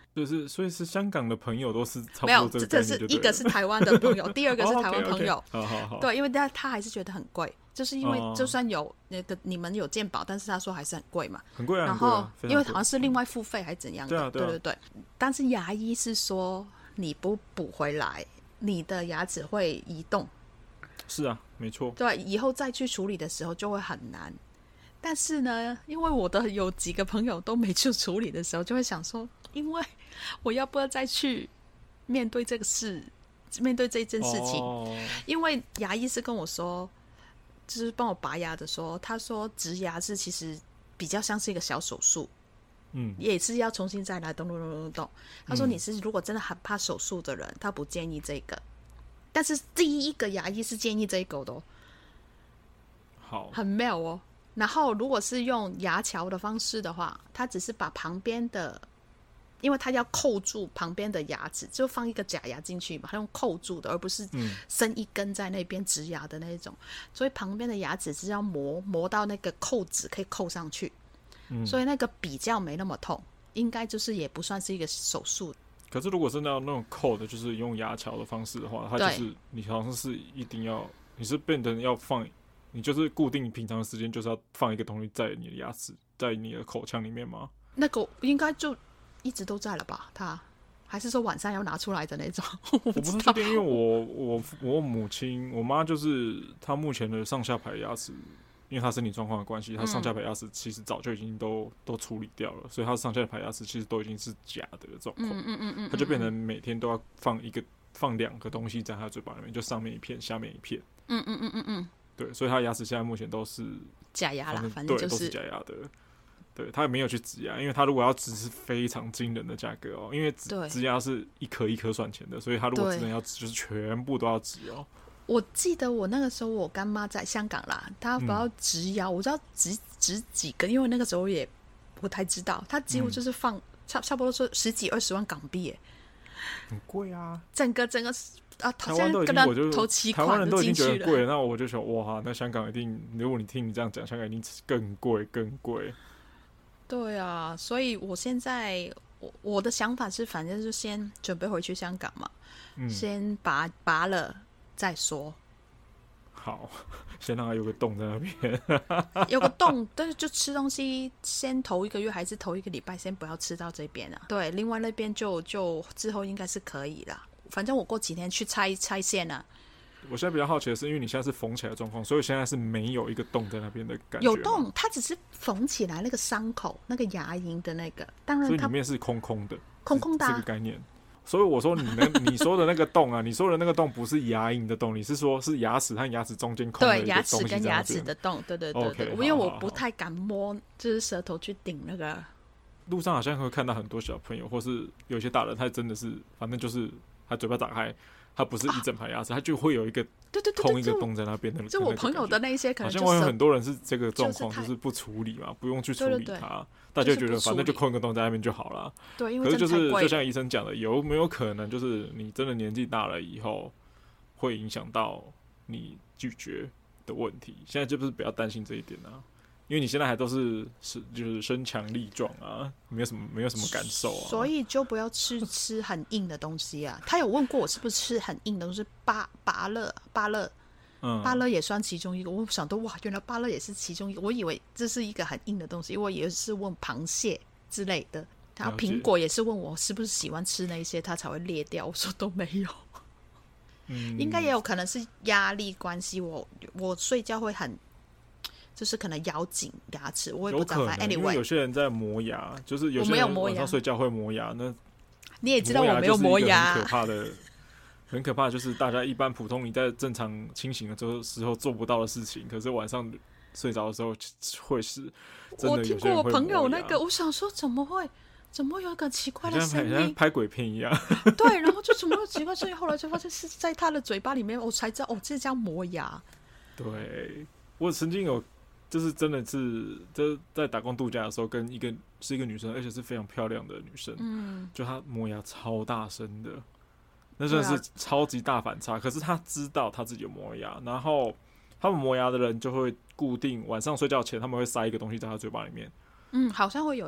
就是所以是香港的朋友都是差不没有， 多这个这概念就对了， 是一个是台湾的朋友，第二个是台湾朋友。 哦、okay, okay, 好好好， 对，因为他他还是觉得很贵，就是因为哦就算有那个你们有健保，但是他说还是很贵嘛， 很贵啊。 然后啊因为好像是另外付费还是怎样的， 对啊对啊对对对。但是牙医是说你不补回来，你的牙齿会移动。 是啊，没错。 对，以后再去处理的时候就会很难。但是呢，因为我的有几个朋友都没去处理的时候，就会想说，因为我要不要再去面对这个事，面对这件事情？哦、因为牙医是跟我说，就是帮我拔牙的说，他说植牙是其实比较像是一个小手术，嗯，也是要重新再来动动动动动。他说你是如果真的很怕手术的人，他不建议这个。但是第一个牙医是建议这个的、哦， 好， 很妙哦。然后如果是用牙桥的方式的话，他只是把旁边的，因为他要扣住旁边的牙齿，就放一个假牙进去嘛，他用扣住的，而不是生一根在那边植牙的那种、嗯、所以旁边的牙齿是要磨磨到那个扣子可以扣上去、嗯、所以那个比较没那么痛，应该就是也不算是一个手术。 可是如果是那那种扣的，就是用牙桥的方式的话，它就是你好像是一定要，你是变成要放，你就是固定平常的时间就是要放一个东西在你的牙齿，在你的口腔里面吗？ 那个应该就一直都在了吧？它还是说晚上要拿出来的那种？我不我不是确定，因为我我我母亲我妈就是她目前的上下排牙齿。因为他身体状况的关系，他上下排牙齿其实早就已经都、嗯、都处理掉了，所以他上下排牙齿其实都已经是假的状况，嗯嗯嗯嗯，他就变成每天都要放一个放两个东西在他嘴巴里面，就上面一片，下面一片，嗯嗯嗯嗯嗯，对，所以他牙齿现在目前都是假牙啦，反正就是、 对都是假牙的，对，他也没有去植牙，因为他如果要植是非常惊人的价格哦，因为植牙是一颗一颗算钱的，所以他如果真的要植，就是全部都要植哦。 我记得我那个时候我干妈在香港啦，她不要植牙、嗯、我知道植植几根，因为那个时候也不太知道，她几乎就是放、嗯、差差不多说十几二十万港币耶， 很贵啊， 整个整个啊， 台湾都已经我就投期台湾人都已经觉得贵了，那我就想哇，那香港一定，如果你听你这样讲，香港一定更贵更贵。 对啊，所以我现在我我的想法是，反正就先准备回去香港嘛，嗯、先拔拔了。再说， 好，先让他有个洞在那边， 有个洞，但是就吃东西，先头一个月还是头一个礼拜，先不要吃到这边啊。对，另外那边就就之后应该是可以啦。反正我过几天去拆拆线啊。 我现在比较好奇的是，因为你现在是缝起来的状况，所以现在是没有一个洞在那边的感觉。 有洞，它只是缝起来那个伤口，那个牙龈的那个，当然所以里面是空空的， 空空的、啊、 这个概念。所以我说你那你说的那个洞啊，你说的那个洞不是牙龈的洞，你是说是牙齿和牙齿中间空的一个东西在那边。对，牙齿跟牙齿的洞，对对对对。Okay, 因为我不太敢摸，就是舌头去顶那个。 路上好像会看到很多小朋友，或是有些大人，他真的是，反正就是他嘴巴打开，他不是一整排牙齿，他、啊、就会有一个空一个洞在那边的。 就我朋友的那些，可能好像会有很多人是这个状况，就是不处理嘛，不用去处理它。对对对，大家就觉得反正就空一个洞在那边就好了。 对，因为可是就是就像医生讲的，有没有可能就是你真的年纪大了以后，会影响到你咀嚼的问题？现在就不是不要担心这一点啊，因为你现在还都是是就是身强力壮啊，没有什么没有什么感受啊， 所以就不要吃吃很硬的东西啊。他有问过我是不是吃很硬的东西，芭芭乐芭乐。嗯，芭乐也算其中一个。我想到哇，原来芭乐也是其中一个。我以为这是一个很硬的东西，因为我也是问螃蟹之类的。然后苹果也是问我是不是喜欢吃那些，它才会裂掉。我说都没有。嗯，应该也有可能是压力关系。我我睡觉会很，就是可能咬紧牙齿，我也不知道。 anyway， 因为有些人在磨牙，就是有些人晚上睡觉会磨牙。那你也知道我没有磨牙， 很可怕的。很可怕的就是大家一般普通你在正常清醒的时候做不到的事情，可是晚上睡着的时候会是真的。 我听过我朋友那个，我想说怎么会怎么会有一个奇怪的声音， 像拍鬼片一样。 对，然后就怎么有奇怪声音，后来就发现是在他的嘴巴里面，我才知道哦，这是叫磨牙。 对，我曾经有就是真的是就是在打工度假的时候，跟一个是一个女生，而且是非常漂亮的女生，嗯，就她磨牙超大声的。那真的是超级大反差，可是他知道他自己有磨牙，然后他们磨牙的人就会固定晚上睡觉前，他们会塞一个东西在他嘴巴里面。 嗯，好像会有一个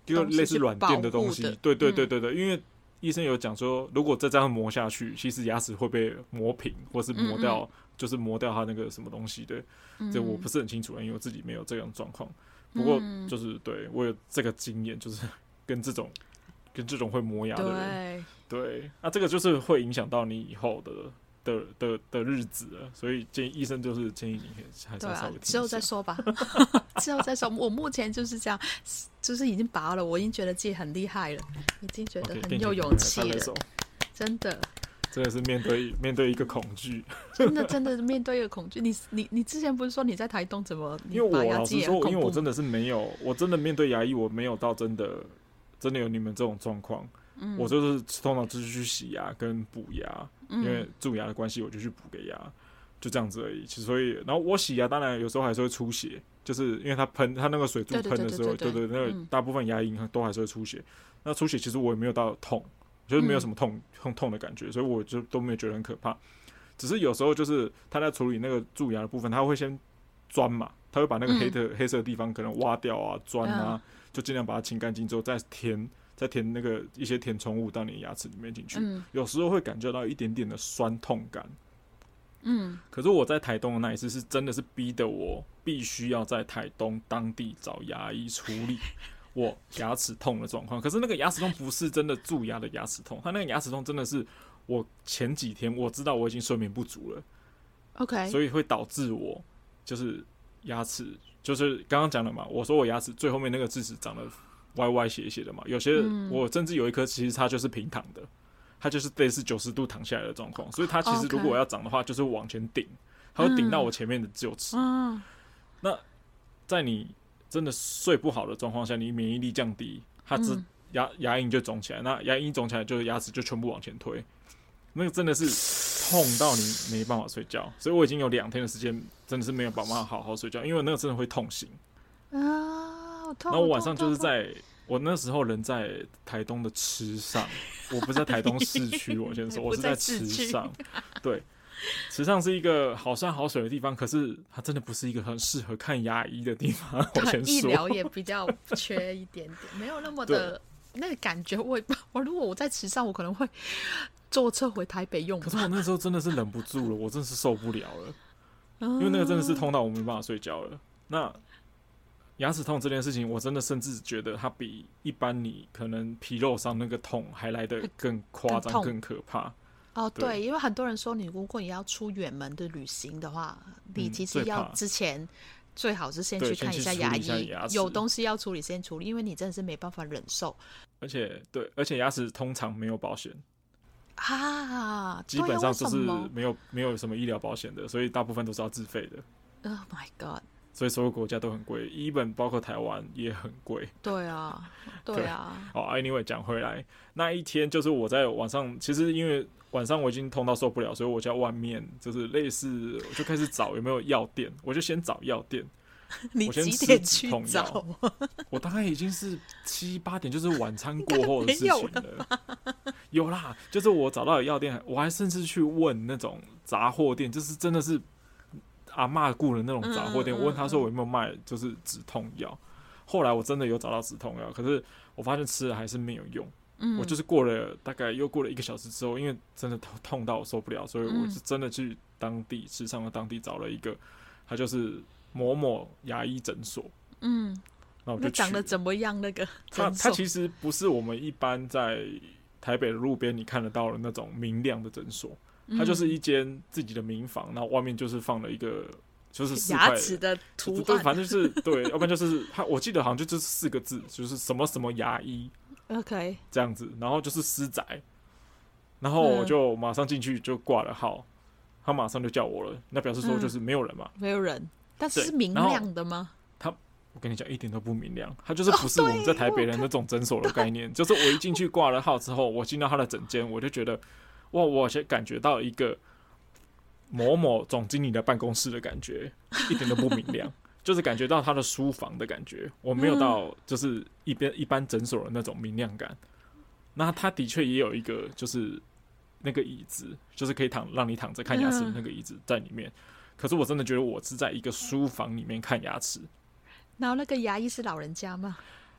就类似软垫的东西，对对对对对，嗯、因为医生有讲说，如果再这样磨下去，其实牙齿会被磨平，或是磨掉，嗯嗯就是磨掉它那个什么东西的。嗯、这我不是很清楚，因为我自己没有这样的状况。不过就是对我有这个经验，就是跟这种跟这种会磨牙的人，对，对那这个就是会影响到你以后的。的, 的, 的日子了，所以建议医生就是建议你还是要稍微听一下、啊、 之后再说吧之后再说。我目前就是这样，就是已经拔了，我已经觉得自己很厉害了，已经觉得很有勇气了、okay, 真的真的是面对面对一个恐惧真的真的面对一个恐惧。你你你之前不是说你在台东怎么因为我老实说，因为我真的是没有，我真的面对牙医我没有到真的真的有你们这种状况、嗯、我就是通常就是去洗牙跟补牙，因为蛀牙的关系，我就去补个牙，就这样子而已。所以，然后我洗牙，当然有时候还是会出血，就是因为它喷，它那个水柱喷的时候，对 对, 对, 对, 对, 对, 对，那个大部分牙龈都还是会出血。那出血其实我也没有到痛，就是没有什么痛、痛痛的感觉，所以我就都没有觉得很可怕。只是有时候就是他在处理那个蛀牙的部分，他会先钻嘛，他会把那个黑的、嗯、黑色的地方可能挖掉啊、钻啊，就尽量把它清干净之后再填。再填那个一些填充物到你牙齿里面进去、嗯，有时候会感觉到一点点的酸痛感。嗯，可是我在台东的那一次是真的是逼得我必须要在台东当地找牙医处理我牙齿痛的状况。可是那个牙齿痛不是真的蛀牙的牙齿痛，他那个牙齿痛真的是我前几天我知道我已经睡眠不足了 ，OK， 所以会导致我就是牙齿就是刚刚讲了嘛，我说我牙齿最后面那个智齿长得。歪歪斜斜的嘛，有些、嗯、我甚至有一颗其实它就是平躺的，它就是类似九十度躺下来的状况，所以它其实如果要长的话，就是往前顶，它会顶到我前面的臼齿、嗯。那在你真的睡不好的状况下，你免疫力降低，它这牙牙龈就肿起来，那牙龈肿起来，就是牙齿就全部往前推，那个真的是痛到你没办法睡觉，所以我已经有两天的时间真的是没有办法好好睡觉，因为那个真的会痛醒啊。然后我晚上就是在我那时候人在台东的池上，我不是在台东市区，我先说，我是在池上。对，池上是一个好山好水的地方，可是它真的不是一个很适合看牙医的地方。我先说， 医疗也比较缺一点点，没有那么的那个感觉。我我如果我在池上，我可能会坐车回台北用。 可是我那时候真的是忍不住了，我真的是受不了了，因为那个真的是痛到我没办法睡觉了。那牙齿痛这件事情，我真的甚至觉得它比一般你可能皮肉伤那个痛还来得更夸张、更可怕。 哦，对，因为很多人说，你如果你要出远门的旅行的话，你其实要之前最好是先去看一下牙医，有东西要处理先处理，因为你真的是没办法忍受。 而且，对，而且牙齿通常没有保险啊， 基本上就是没有没有什么医疗保险的，所以大部分都是要自费的。 Oh my god！ 所以所有国家都很贵 ，even 包括台湾也很贵。 对啊，对啊。 好 ，anyway 讲回来，那一天就是我在晚上，其实因为晚上我已经痛到受不了，所以我在外面就是类似，我就开始找有没有药店，我就先找药店。 你几点去找？ 我大概已经是七八点，就是晚餐过后的事情了。有啦，就是我找到的药店，我还甚至去问那种杂货店，就是真的是。阿嬷雇的那种杂货店，我问他说我有没有卖就是止痛药，后来我真的有找到止痛药，可是我发现吃了还是没有用。嗯、我就是过了大概又过了一个小时之后，因为真的痛到我受不了，所以我是真的去当地池上的当地找了一个，他就是某某牙医诊所。嗯，那我就去。那长得怎么样？那个他他其实不是我们一般在台北的路边你看得到的那种明亮的诊所。它就是一间自己的民房，然后外面就是放了一个就是四块牙齿的图案， 对，反正就是对，要不然就是它，我记得好像就就是四个字，就是什么什么牙医 ，OK， 这样子，然后就是私宅，然后我就马上进去就挂了号，他马上就叫我了，那表示说就是没有人嘛， 嗯、没有人，但是是明亮的吗？ 他，我跟你讲一点都不明亮，他就是不是我们在台北人那种诊所的概念，就是我一进去挂了号之后，我进到他的诊间，我就觉得。哇！我先感觉到一个某某总经理的办公室的感觉，一点都不明亮，就是感觉到他的书房的感觉。我没有到就是一边一般诊所的那种明亮感。那他的确也有一个就是那个椅子，就是可以躺让你躺着看牙齿的那个椅子在里面。可是我真的觉得我是在一个书房里面看牙齿。 然后那个牙医是老人家吗？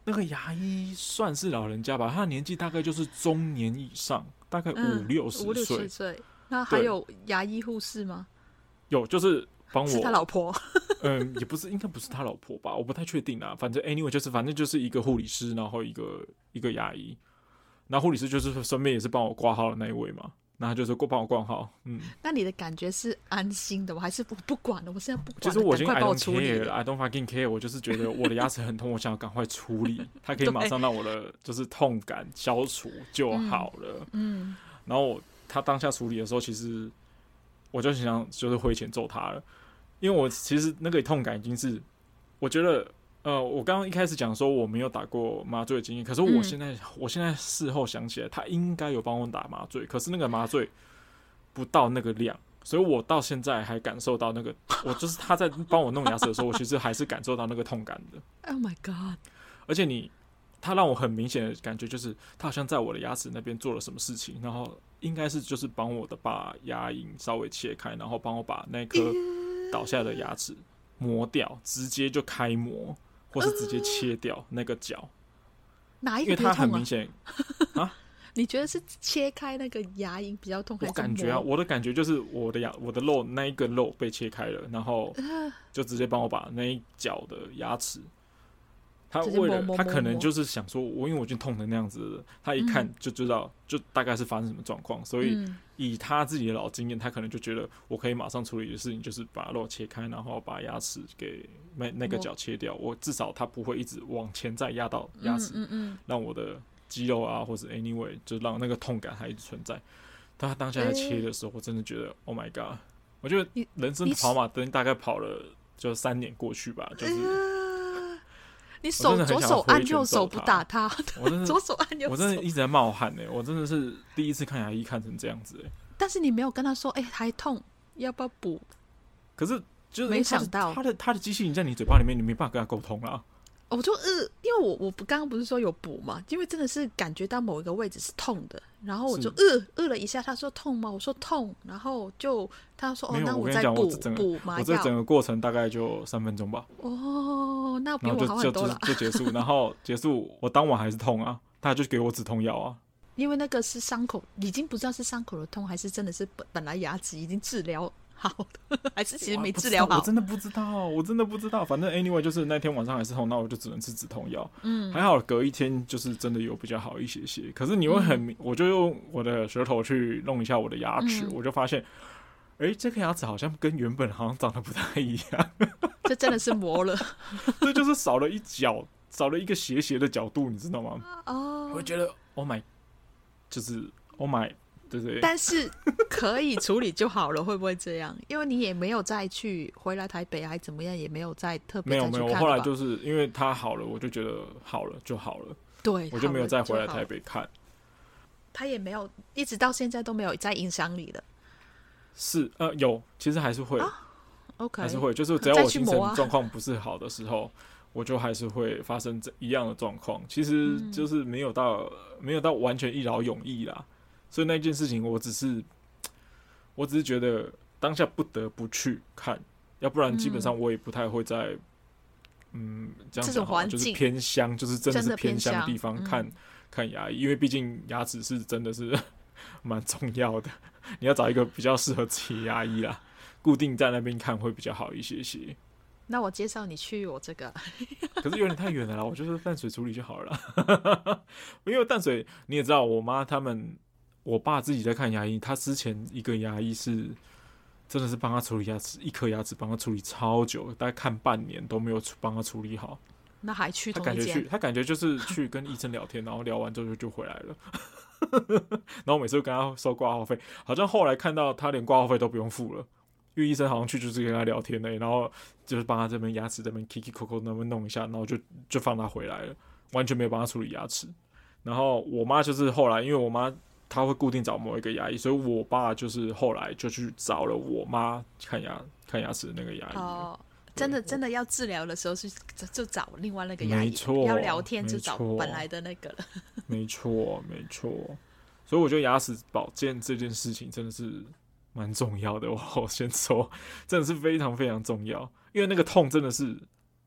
那个牙医算是老人家吧，他年纪大概就是中年以上，大概五六十岁。 五六十岁。那还有牙医护士吗？ 有，就是帮我。 是他老婆？ 嗯，也不是，应该不是他老婆吧？我不太确定啦。反正 anyway 就是，反正就是一个护理师，然后一个一个牙医。然后护理师就是顺便也是帮我挂号的那一位嘛。那他就是帮我挂号。嗯。 那你的感觉是安心的，我还是不不管了？我现在不管了。 其实我已经 I don't care I don't fucking care， 我就是觉得我的牙齿很痛，我想要赶快处理，他可以马上让我的就是痛感消除就好了。嗯。嗯然后他当下处理的时候，其实我就想就是挥拳揍他了，因为我其实那个痛感已经是，我觉得呃，我刚刚一开始讲说我没有打过麻醉的经验，可是我现在、嗯、我现在事后想起来，他应该有帮我打麻醉，可是那个麻醉不到那个量，所以我到现在还感受到那个，我就是他在帮我弄牙齿的时候，我其实还是感受到那个痛感的。 Oh my god！ 而且你。他让我很明显的感觉就是，他好像在我的牙齿那边做了什么事情，然后应该是就是帮我的把牙龈稍微切开，然后帮我把那颗倒下的牙齿磨掉，直接就开磨，或是直接切掉那个角。 哪一个比较痛啊？ 因为他很明显啊， 你觉得是切开那个牙龈比较痛，还是我感觉啊，我的感觉就是我的牙，我的肉那一个肉被切开了，然后就直接帮我把那一角的牙齿。他为了他可能就是想说，我因为我已经痛成那样子了，他一看就知道，就大概是发生什么状况，所以以他自己的老经验，他可能就觉得我可以马上处理的事情就是把肉切开，然后把牙齿给那那个角切掉，我至少他不会一直往前再压到牙齿，让我的肌肉啊或者 anyway 就让那个痛感还一直存在。但他当下在切的时候，我真的觉得 Oh my god！ 我觉得人生跑马灯大概跑了就三年过去吧，就是。 你手左手按右手不打他， 我真的左手按右手， 我真的一直在冒汗哎、欸！我真的是第一次看牙医看成这样子哎、欸。 但是你没有跟他说，哎、欸，还痛，要不要补？ 可是就是没想到他的他的机器已经在你嘴巴里面，你没办法跟他沟通啦。 我就呃，因为我我刚刚不是说有补嘛，因为真的是感觉到某一个位置是痛的，然后我就呃呃了一下，他说痛吗？我说痛，然后就他说哦，那我再补补麻药。 我这整个过程大概就三分钟吧。 哦，那比我好很多了。 就, 就, 就, 就结束，然后结束，我当晚还是痛啊，他就给我止痛药啊。 因为那个是伤口，已经不知道是伤口的痛，还是真的是本本来牙齿已经治疗。好的，还是其实没治疗好？ 我真的不知道，我真的不知道。反正 anyway 就是那天晚上还是痛，那我就只能吃止痛药。嗯，还好隔一天就是真的有比较好一些些。可是你会很，嗯、我就用我的舌头去弄一下我的牙齿，嗯、我就发现，哎、欸，这颗牙齿好像跟原本好像长得不太一样。 这真的是磨了， 这就是少了一角，少了一个斜斜的角度，你知道吗？哦，我会觉得 ，Oh my， 就是 Oh my。对对， 但是可以处理就好了，会不会这样？因为你也没有再去回来台北，还怎么样，也没有再特别再去看。 没有没有，我后来就是因为他好了，我就觉得好了就好了， 对， 我就没有再回来台北看。 他也没有，一直到现在都没有在影响你的。 是呃，有，其实还是会、啊、，OK， 还是会，就是只要我精神状况不是好的时候，我就还是会发生一样的状况。其实就是没有到、嗯、没有到完全一劳永逸啦。所以那件事情，我只是，我只是觉得当下不得不去看，要不然基本上我也不太会在，嗯，这样讲好了，就是偏乡，就是真的是偏乡的地方看、嗯、看牙医，因为毕竟牙齿是真的是蛮重要的，你要找一个比较适合自己的牙医啦，固定在那边看会比较好一些些。 那我介绍你去我这个， 可是有点太远了啦，我就是淡水处理就好了啦。因为淡水你也知道，我妈他们。我爸自己在看牙医，他之前一个牙医是真的是帮他处理牙齿，一颗牙齿帮他处理超久，大概看半年都没有帮他处理好。 那还去同一间？他感觉去，他感觉就是去跟医生聊天，然后聊完之后就就回来了。然后每次都跟他收挂号费，好像后来看到他连挂号费都不用付了，因为医生好像去就是跟他聊天而已，然后就是帮他这边牙齿这边 kiki koko 那边弄一下，然后就就放他回来了，完全没有帮他处理牙齿。然后我妈就是后来，因为我妈。他会固定找某一个牙医，所以我爸就是后来就去找了我妈看牙看牙齿的那个牙医。哦， 真的真的要治疗的时候是就找另外那个牙医，没错，要聊天就找本来的那个了。 没错没错，所以我觉得牙齿保健这件事情真的是蛮重要的。我先说，真的是非常非常重要，因为那个痛真的是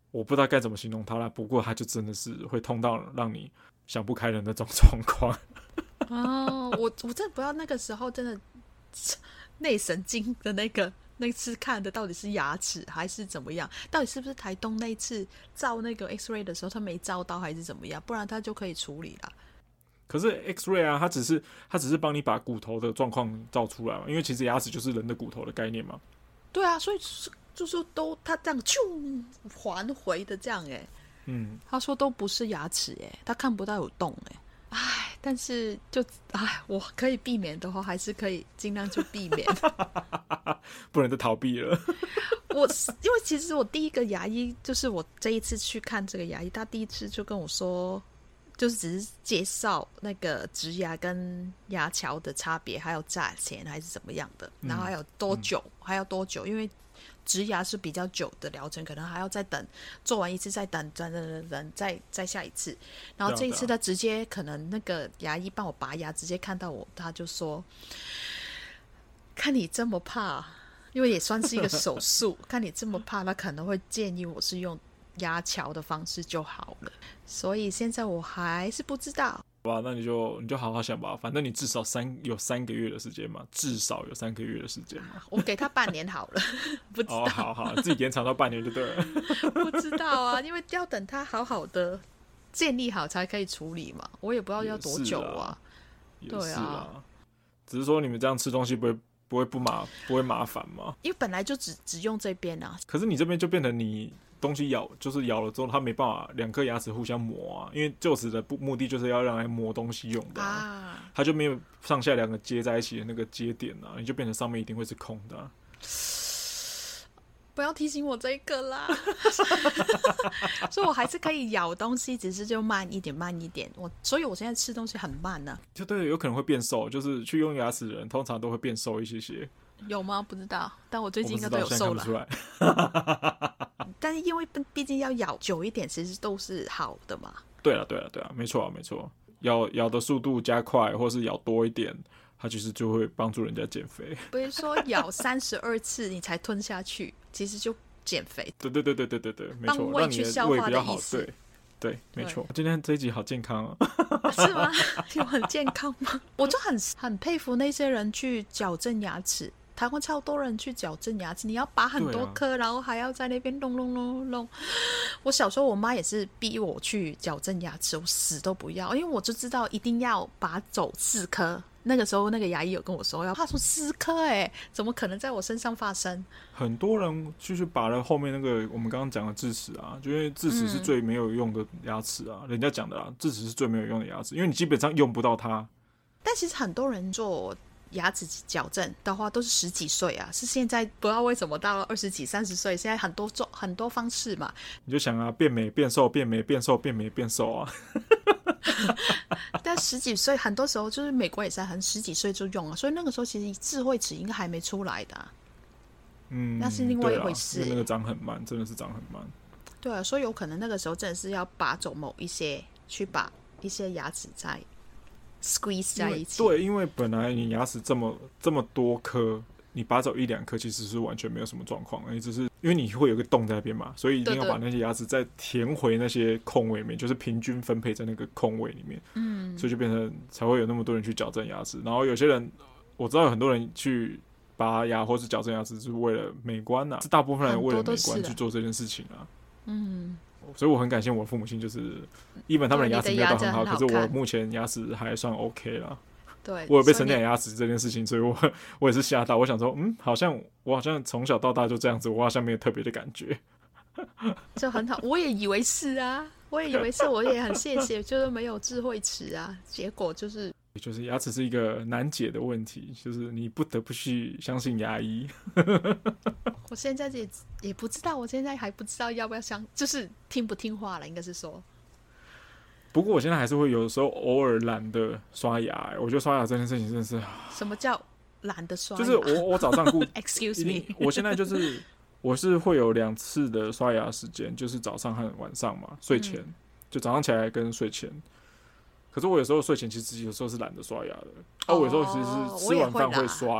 我不知道该怎么形容它啦，不过它就真的是会痛到让你想不开的那种状况。 哦，我我真的不知道那个时候真的内神经的那个那次看的到底是牙齿还是怎么样，到底是不是台东那一次照那个 X-ray 的时候他没照到还是怎么样，不然他就可以处理了。 可是 X-ray 啊，它只是它只是帮你把骨头的状况照出来嘛，因为其实牙齿就是人的骨头的概念嘛。 对啊，所以就是都他这样咻还回的这样哎、欸，嗯，他说都不是牙齿哎、欸，他看不到有洞哎、欸。唉，但是就唉，我可以避免的话，还是可以尽量去避免， 不能再逃避了。 我因为其实我第一个牙医就是我这一次去看这个牙医，他第一次就跟我说，就是只是介绍那个植牙跟牙桥的差别，还有价钱还是怎么样的，然后还有多久，嗯、还要多久，因为植牙是比较久的疗程，可能还要再等，做完一次再等，等等等，再再下一次。然后这一次他直接可能那个牙医帮我拔牙，直接看到我，他就说：“看你这么怕，因为也算是一个手术，看你这么怕，他可能会建议我是用牙桥的方式就好了。”所以现在我还是不知道。 哇，那你就你就好好想吧，反正你至少三有三个月的时间嘛，至少有三个月的时间嘛。 我给他半年好了，不知道。 哦，好好，自己延长到半年就对了。 不知道啊，因为要等他好好的建立好才可以处理嘛，我也不知道要多久啊。 也是啊，对啊，只是说你们这样吃东西不会不会不麻不会麻烦吗？ 因为本来就只只用这边啊。 可是你这边就变成你。东西咬就是咬了之后，它没办法两颗牙齿互相磨啊，因为臼齿的目的就是要让来磨东西用的、啊，啊、它就没有上下两个接在一起的那个接点啊，你就变成上面一定会是空的、啊。 不要提醒我这个啦，所以我还是可以咬东西，只是就慢一点，慢一点。我所以我现在吃东西很慢呢、啊。 就对，有可能会变瘦，就是去用牙齿的人通常都会变瘦一些些。 有吗？不知道，但我最近应该都有瘦了。 我不知道，现在看不出来。 但是因为毕竟要咬久一点，其实都是好的嘛。 对了，对了，对了，没错啊，没错。咬咬的速度加快，或是咬多一点，它其实就会帮助人家减肥。 不是说咬三十二次你才吞下去，其实就减肥。 对对对对对对对，没错， 帮胃去消化的意思。 对对，没错。今天这一集好健康啊！ 是吗？有很健康吗？我就很很佩服那些人去矫正牙齿。台湾超多人去矫正牙齿，你要拔很多颗、啊，然后还要在那边弄弄弄弄。我小时候我妈也是逼我去矫正牙齿，我死都不要，因为我就知道一定要拔走四颗。那个时候那个牙医有跟我说，要他说四颗，哎，怎么可能在我身上发生？ 很多人就去拔了后面那个我们刚刚讲的智齿啊，就因为智齿是最没有用的牙齿啊，嗯、人家讲的啊，智齿是最没有用的牙齿，因为你基本上用不到它。 但其实很多人做牙齿矫正的话都是十几岁啊，是现在不知道为什么到了二十几、三十岁，现在很多做很多方式嘛。 你就想啊，变美变瘦，变美变瘦，变美变瘦啊。 但十几岁很多时候就是美国也是很十几岁就用了，所以那个时候其实智慧齿应该还没出来的、啊。嗯，那是另外一回事。 那个长很慢，真的是长很慢。 对啊，所以有可能那个时候真的是要拔走某一些，去把一些牙齿再squeeze 在一起。 对，因为本来你牙齿这么这么多颗，你拔走一两颗其实是完全没有什么状况，你只是因为你会有个洞在那边嘛，所以一定要把那些牙齿再填回那些空位里面，就是平均分配在那个空位里面。嗯，所以就变成才会有那么多人去矫正牙齿。然后有些人我知道有很多人去拔牙或是矫正牙齿是为了美观啊，是大部分人为了美观去做这件事情啊。嗯。所以我很感谢我的父母亲，就是一本他们的牙齿没有到很好，可是我目前牙齿还算 OK 啦。 对， 我有被生下牙齿这件事情，所以我我也是吓到，我想说，嗯，好像我好像从小到大就这样子，我好像没有特别的感觉， 就很好。我也以为是啊，我也以为是，我也很谢谢，就是没有智慧齿啊，结果就是。 就是牙齿是一个难解的问题，就是你不得不去相信牙医。 我现在也也不知道，我现在还不知道要不要相，就是听不听话了，应该是说。 不过我现在还是会有时候偶尔懒得刷牙、欸，我觉得刷牙这件事情真的是。 什么叫懒得刷牙？ 就是我我早上顾 ，excuse me， 我现在就是我是会有两次的刷牙时间，就是早上和晚上嘛，睡前、嗯、就早上起来跟睡前。可是我有时候睡前其实有时候是懒得刷牙的，啊，我有时候其实是吃完饭会刷啦，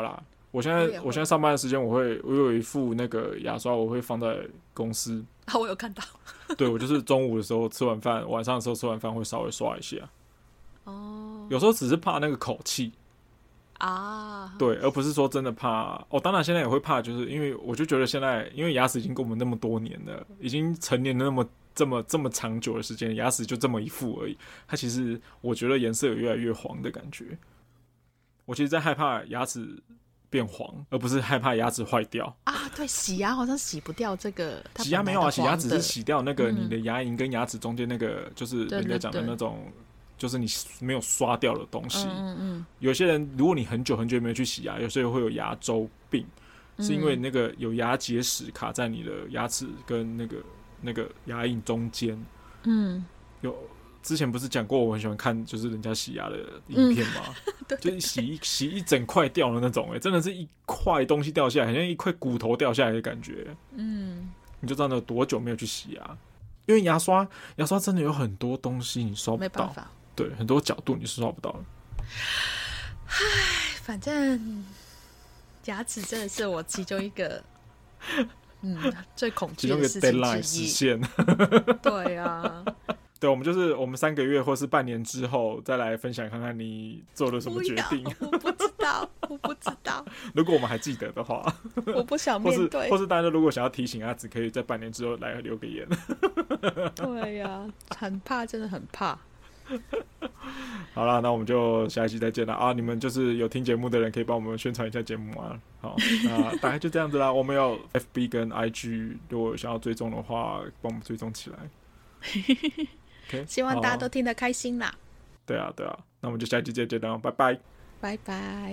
我现在我, 我现在上班的时间，我会我有一副那个牙刷，我会放在公司。 啊，我有看到。 对，我就是中午的时候吃完饭，晚上的时候吃完饭会稍微刷一下。 哦。 有时候只是怕那个口气。 啊。 对，而不是说真的怕。哦，当然现在也会怕，就是因为我就觉得现在，因为牙齿已经跟我们那么多年了，已经成年了那么这么这么长久的时间，牙齿就这么一副而已。它其实我觉得颜色有越来越黄的感觉。我其实在害怕牙齿变黄，而不是害怕牙齿坏掉啊。对，洗牙好像洗不掉这个。 洗牙没有啊，洗牙只是洗掉那个你的牙龈跟牙齿中间那个，就是人家讲的那种，对对对，就是你没有刷掉的东西。嗯嗯。有些人，如果你很久很久没有去洗牙，有些人会有牙周病，嗯、是因为那个有牙结石卡在你的牙齿跟那个那个牙龈中间。嗯。有。之前不是讲过，我很喜欢看就是人家洗牙的影片吗？嗯、就是洗一洗一整块掉的那种、欸，哎，真的是一块东西掉下来，好像一块骨头掉下来的感觉。嗯，你就知道那有多久没有去洗牙，因为牙刷牙刷真的有很多东西你刷不到， 没办法， 对，很多角度你是刷不到的。 唉，反正牙齿真的是我其中一个，嗯，最恐惧的事情之一。其中一个 deadline 实现。对啊。 对，我们就是我们三个月或是半年之后再来分享看看你做了什么决定。 我不知道，我不知道。 如果我们还记得的话， 我不想面对。 或是或是大家如果想要提醒阿紫，可以在半年之后来留个言。 对呀、啊，很怕，真的很怕。 好啦，那我们就下一期再见了啊！你们就是有听节目的人，可以帮我们宣传一下节目吗？好，那大概就这样子啦。我们有 F B 跟 I G， 如果想要追踪的话，帮我们追踪起来。Okay, 希望大家都听得开心啦。 对啊，对啊，那我们就下期再见了，拜拜， 拜拜。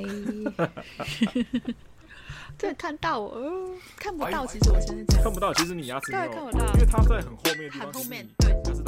这看到我、呃、看不到，其实我现在看不到，其实你牙齿没有， 看不到， 因为它在很后面的地方， 很后面，对。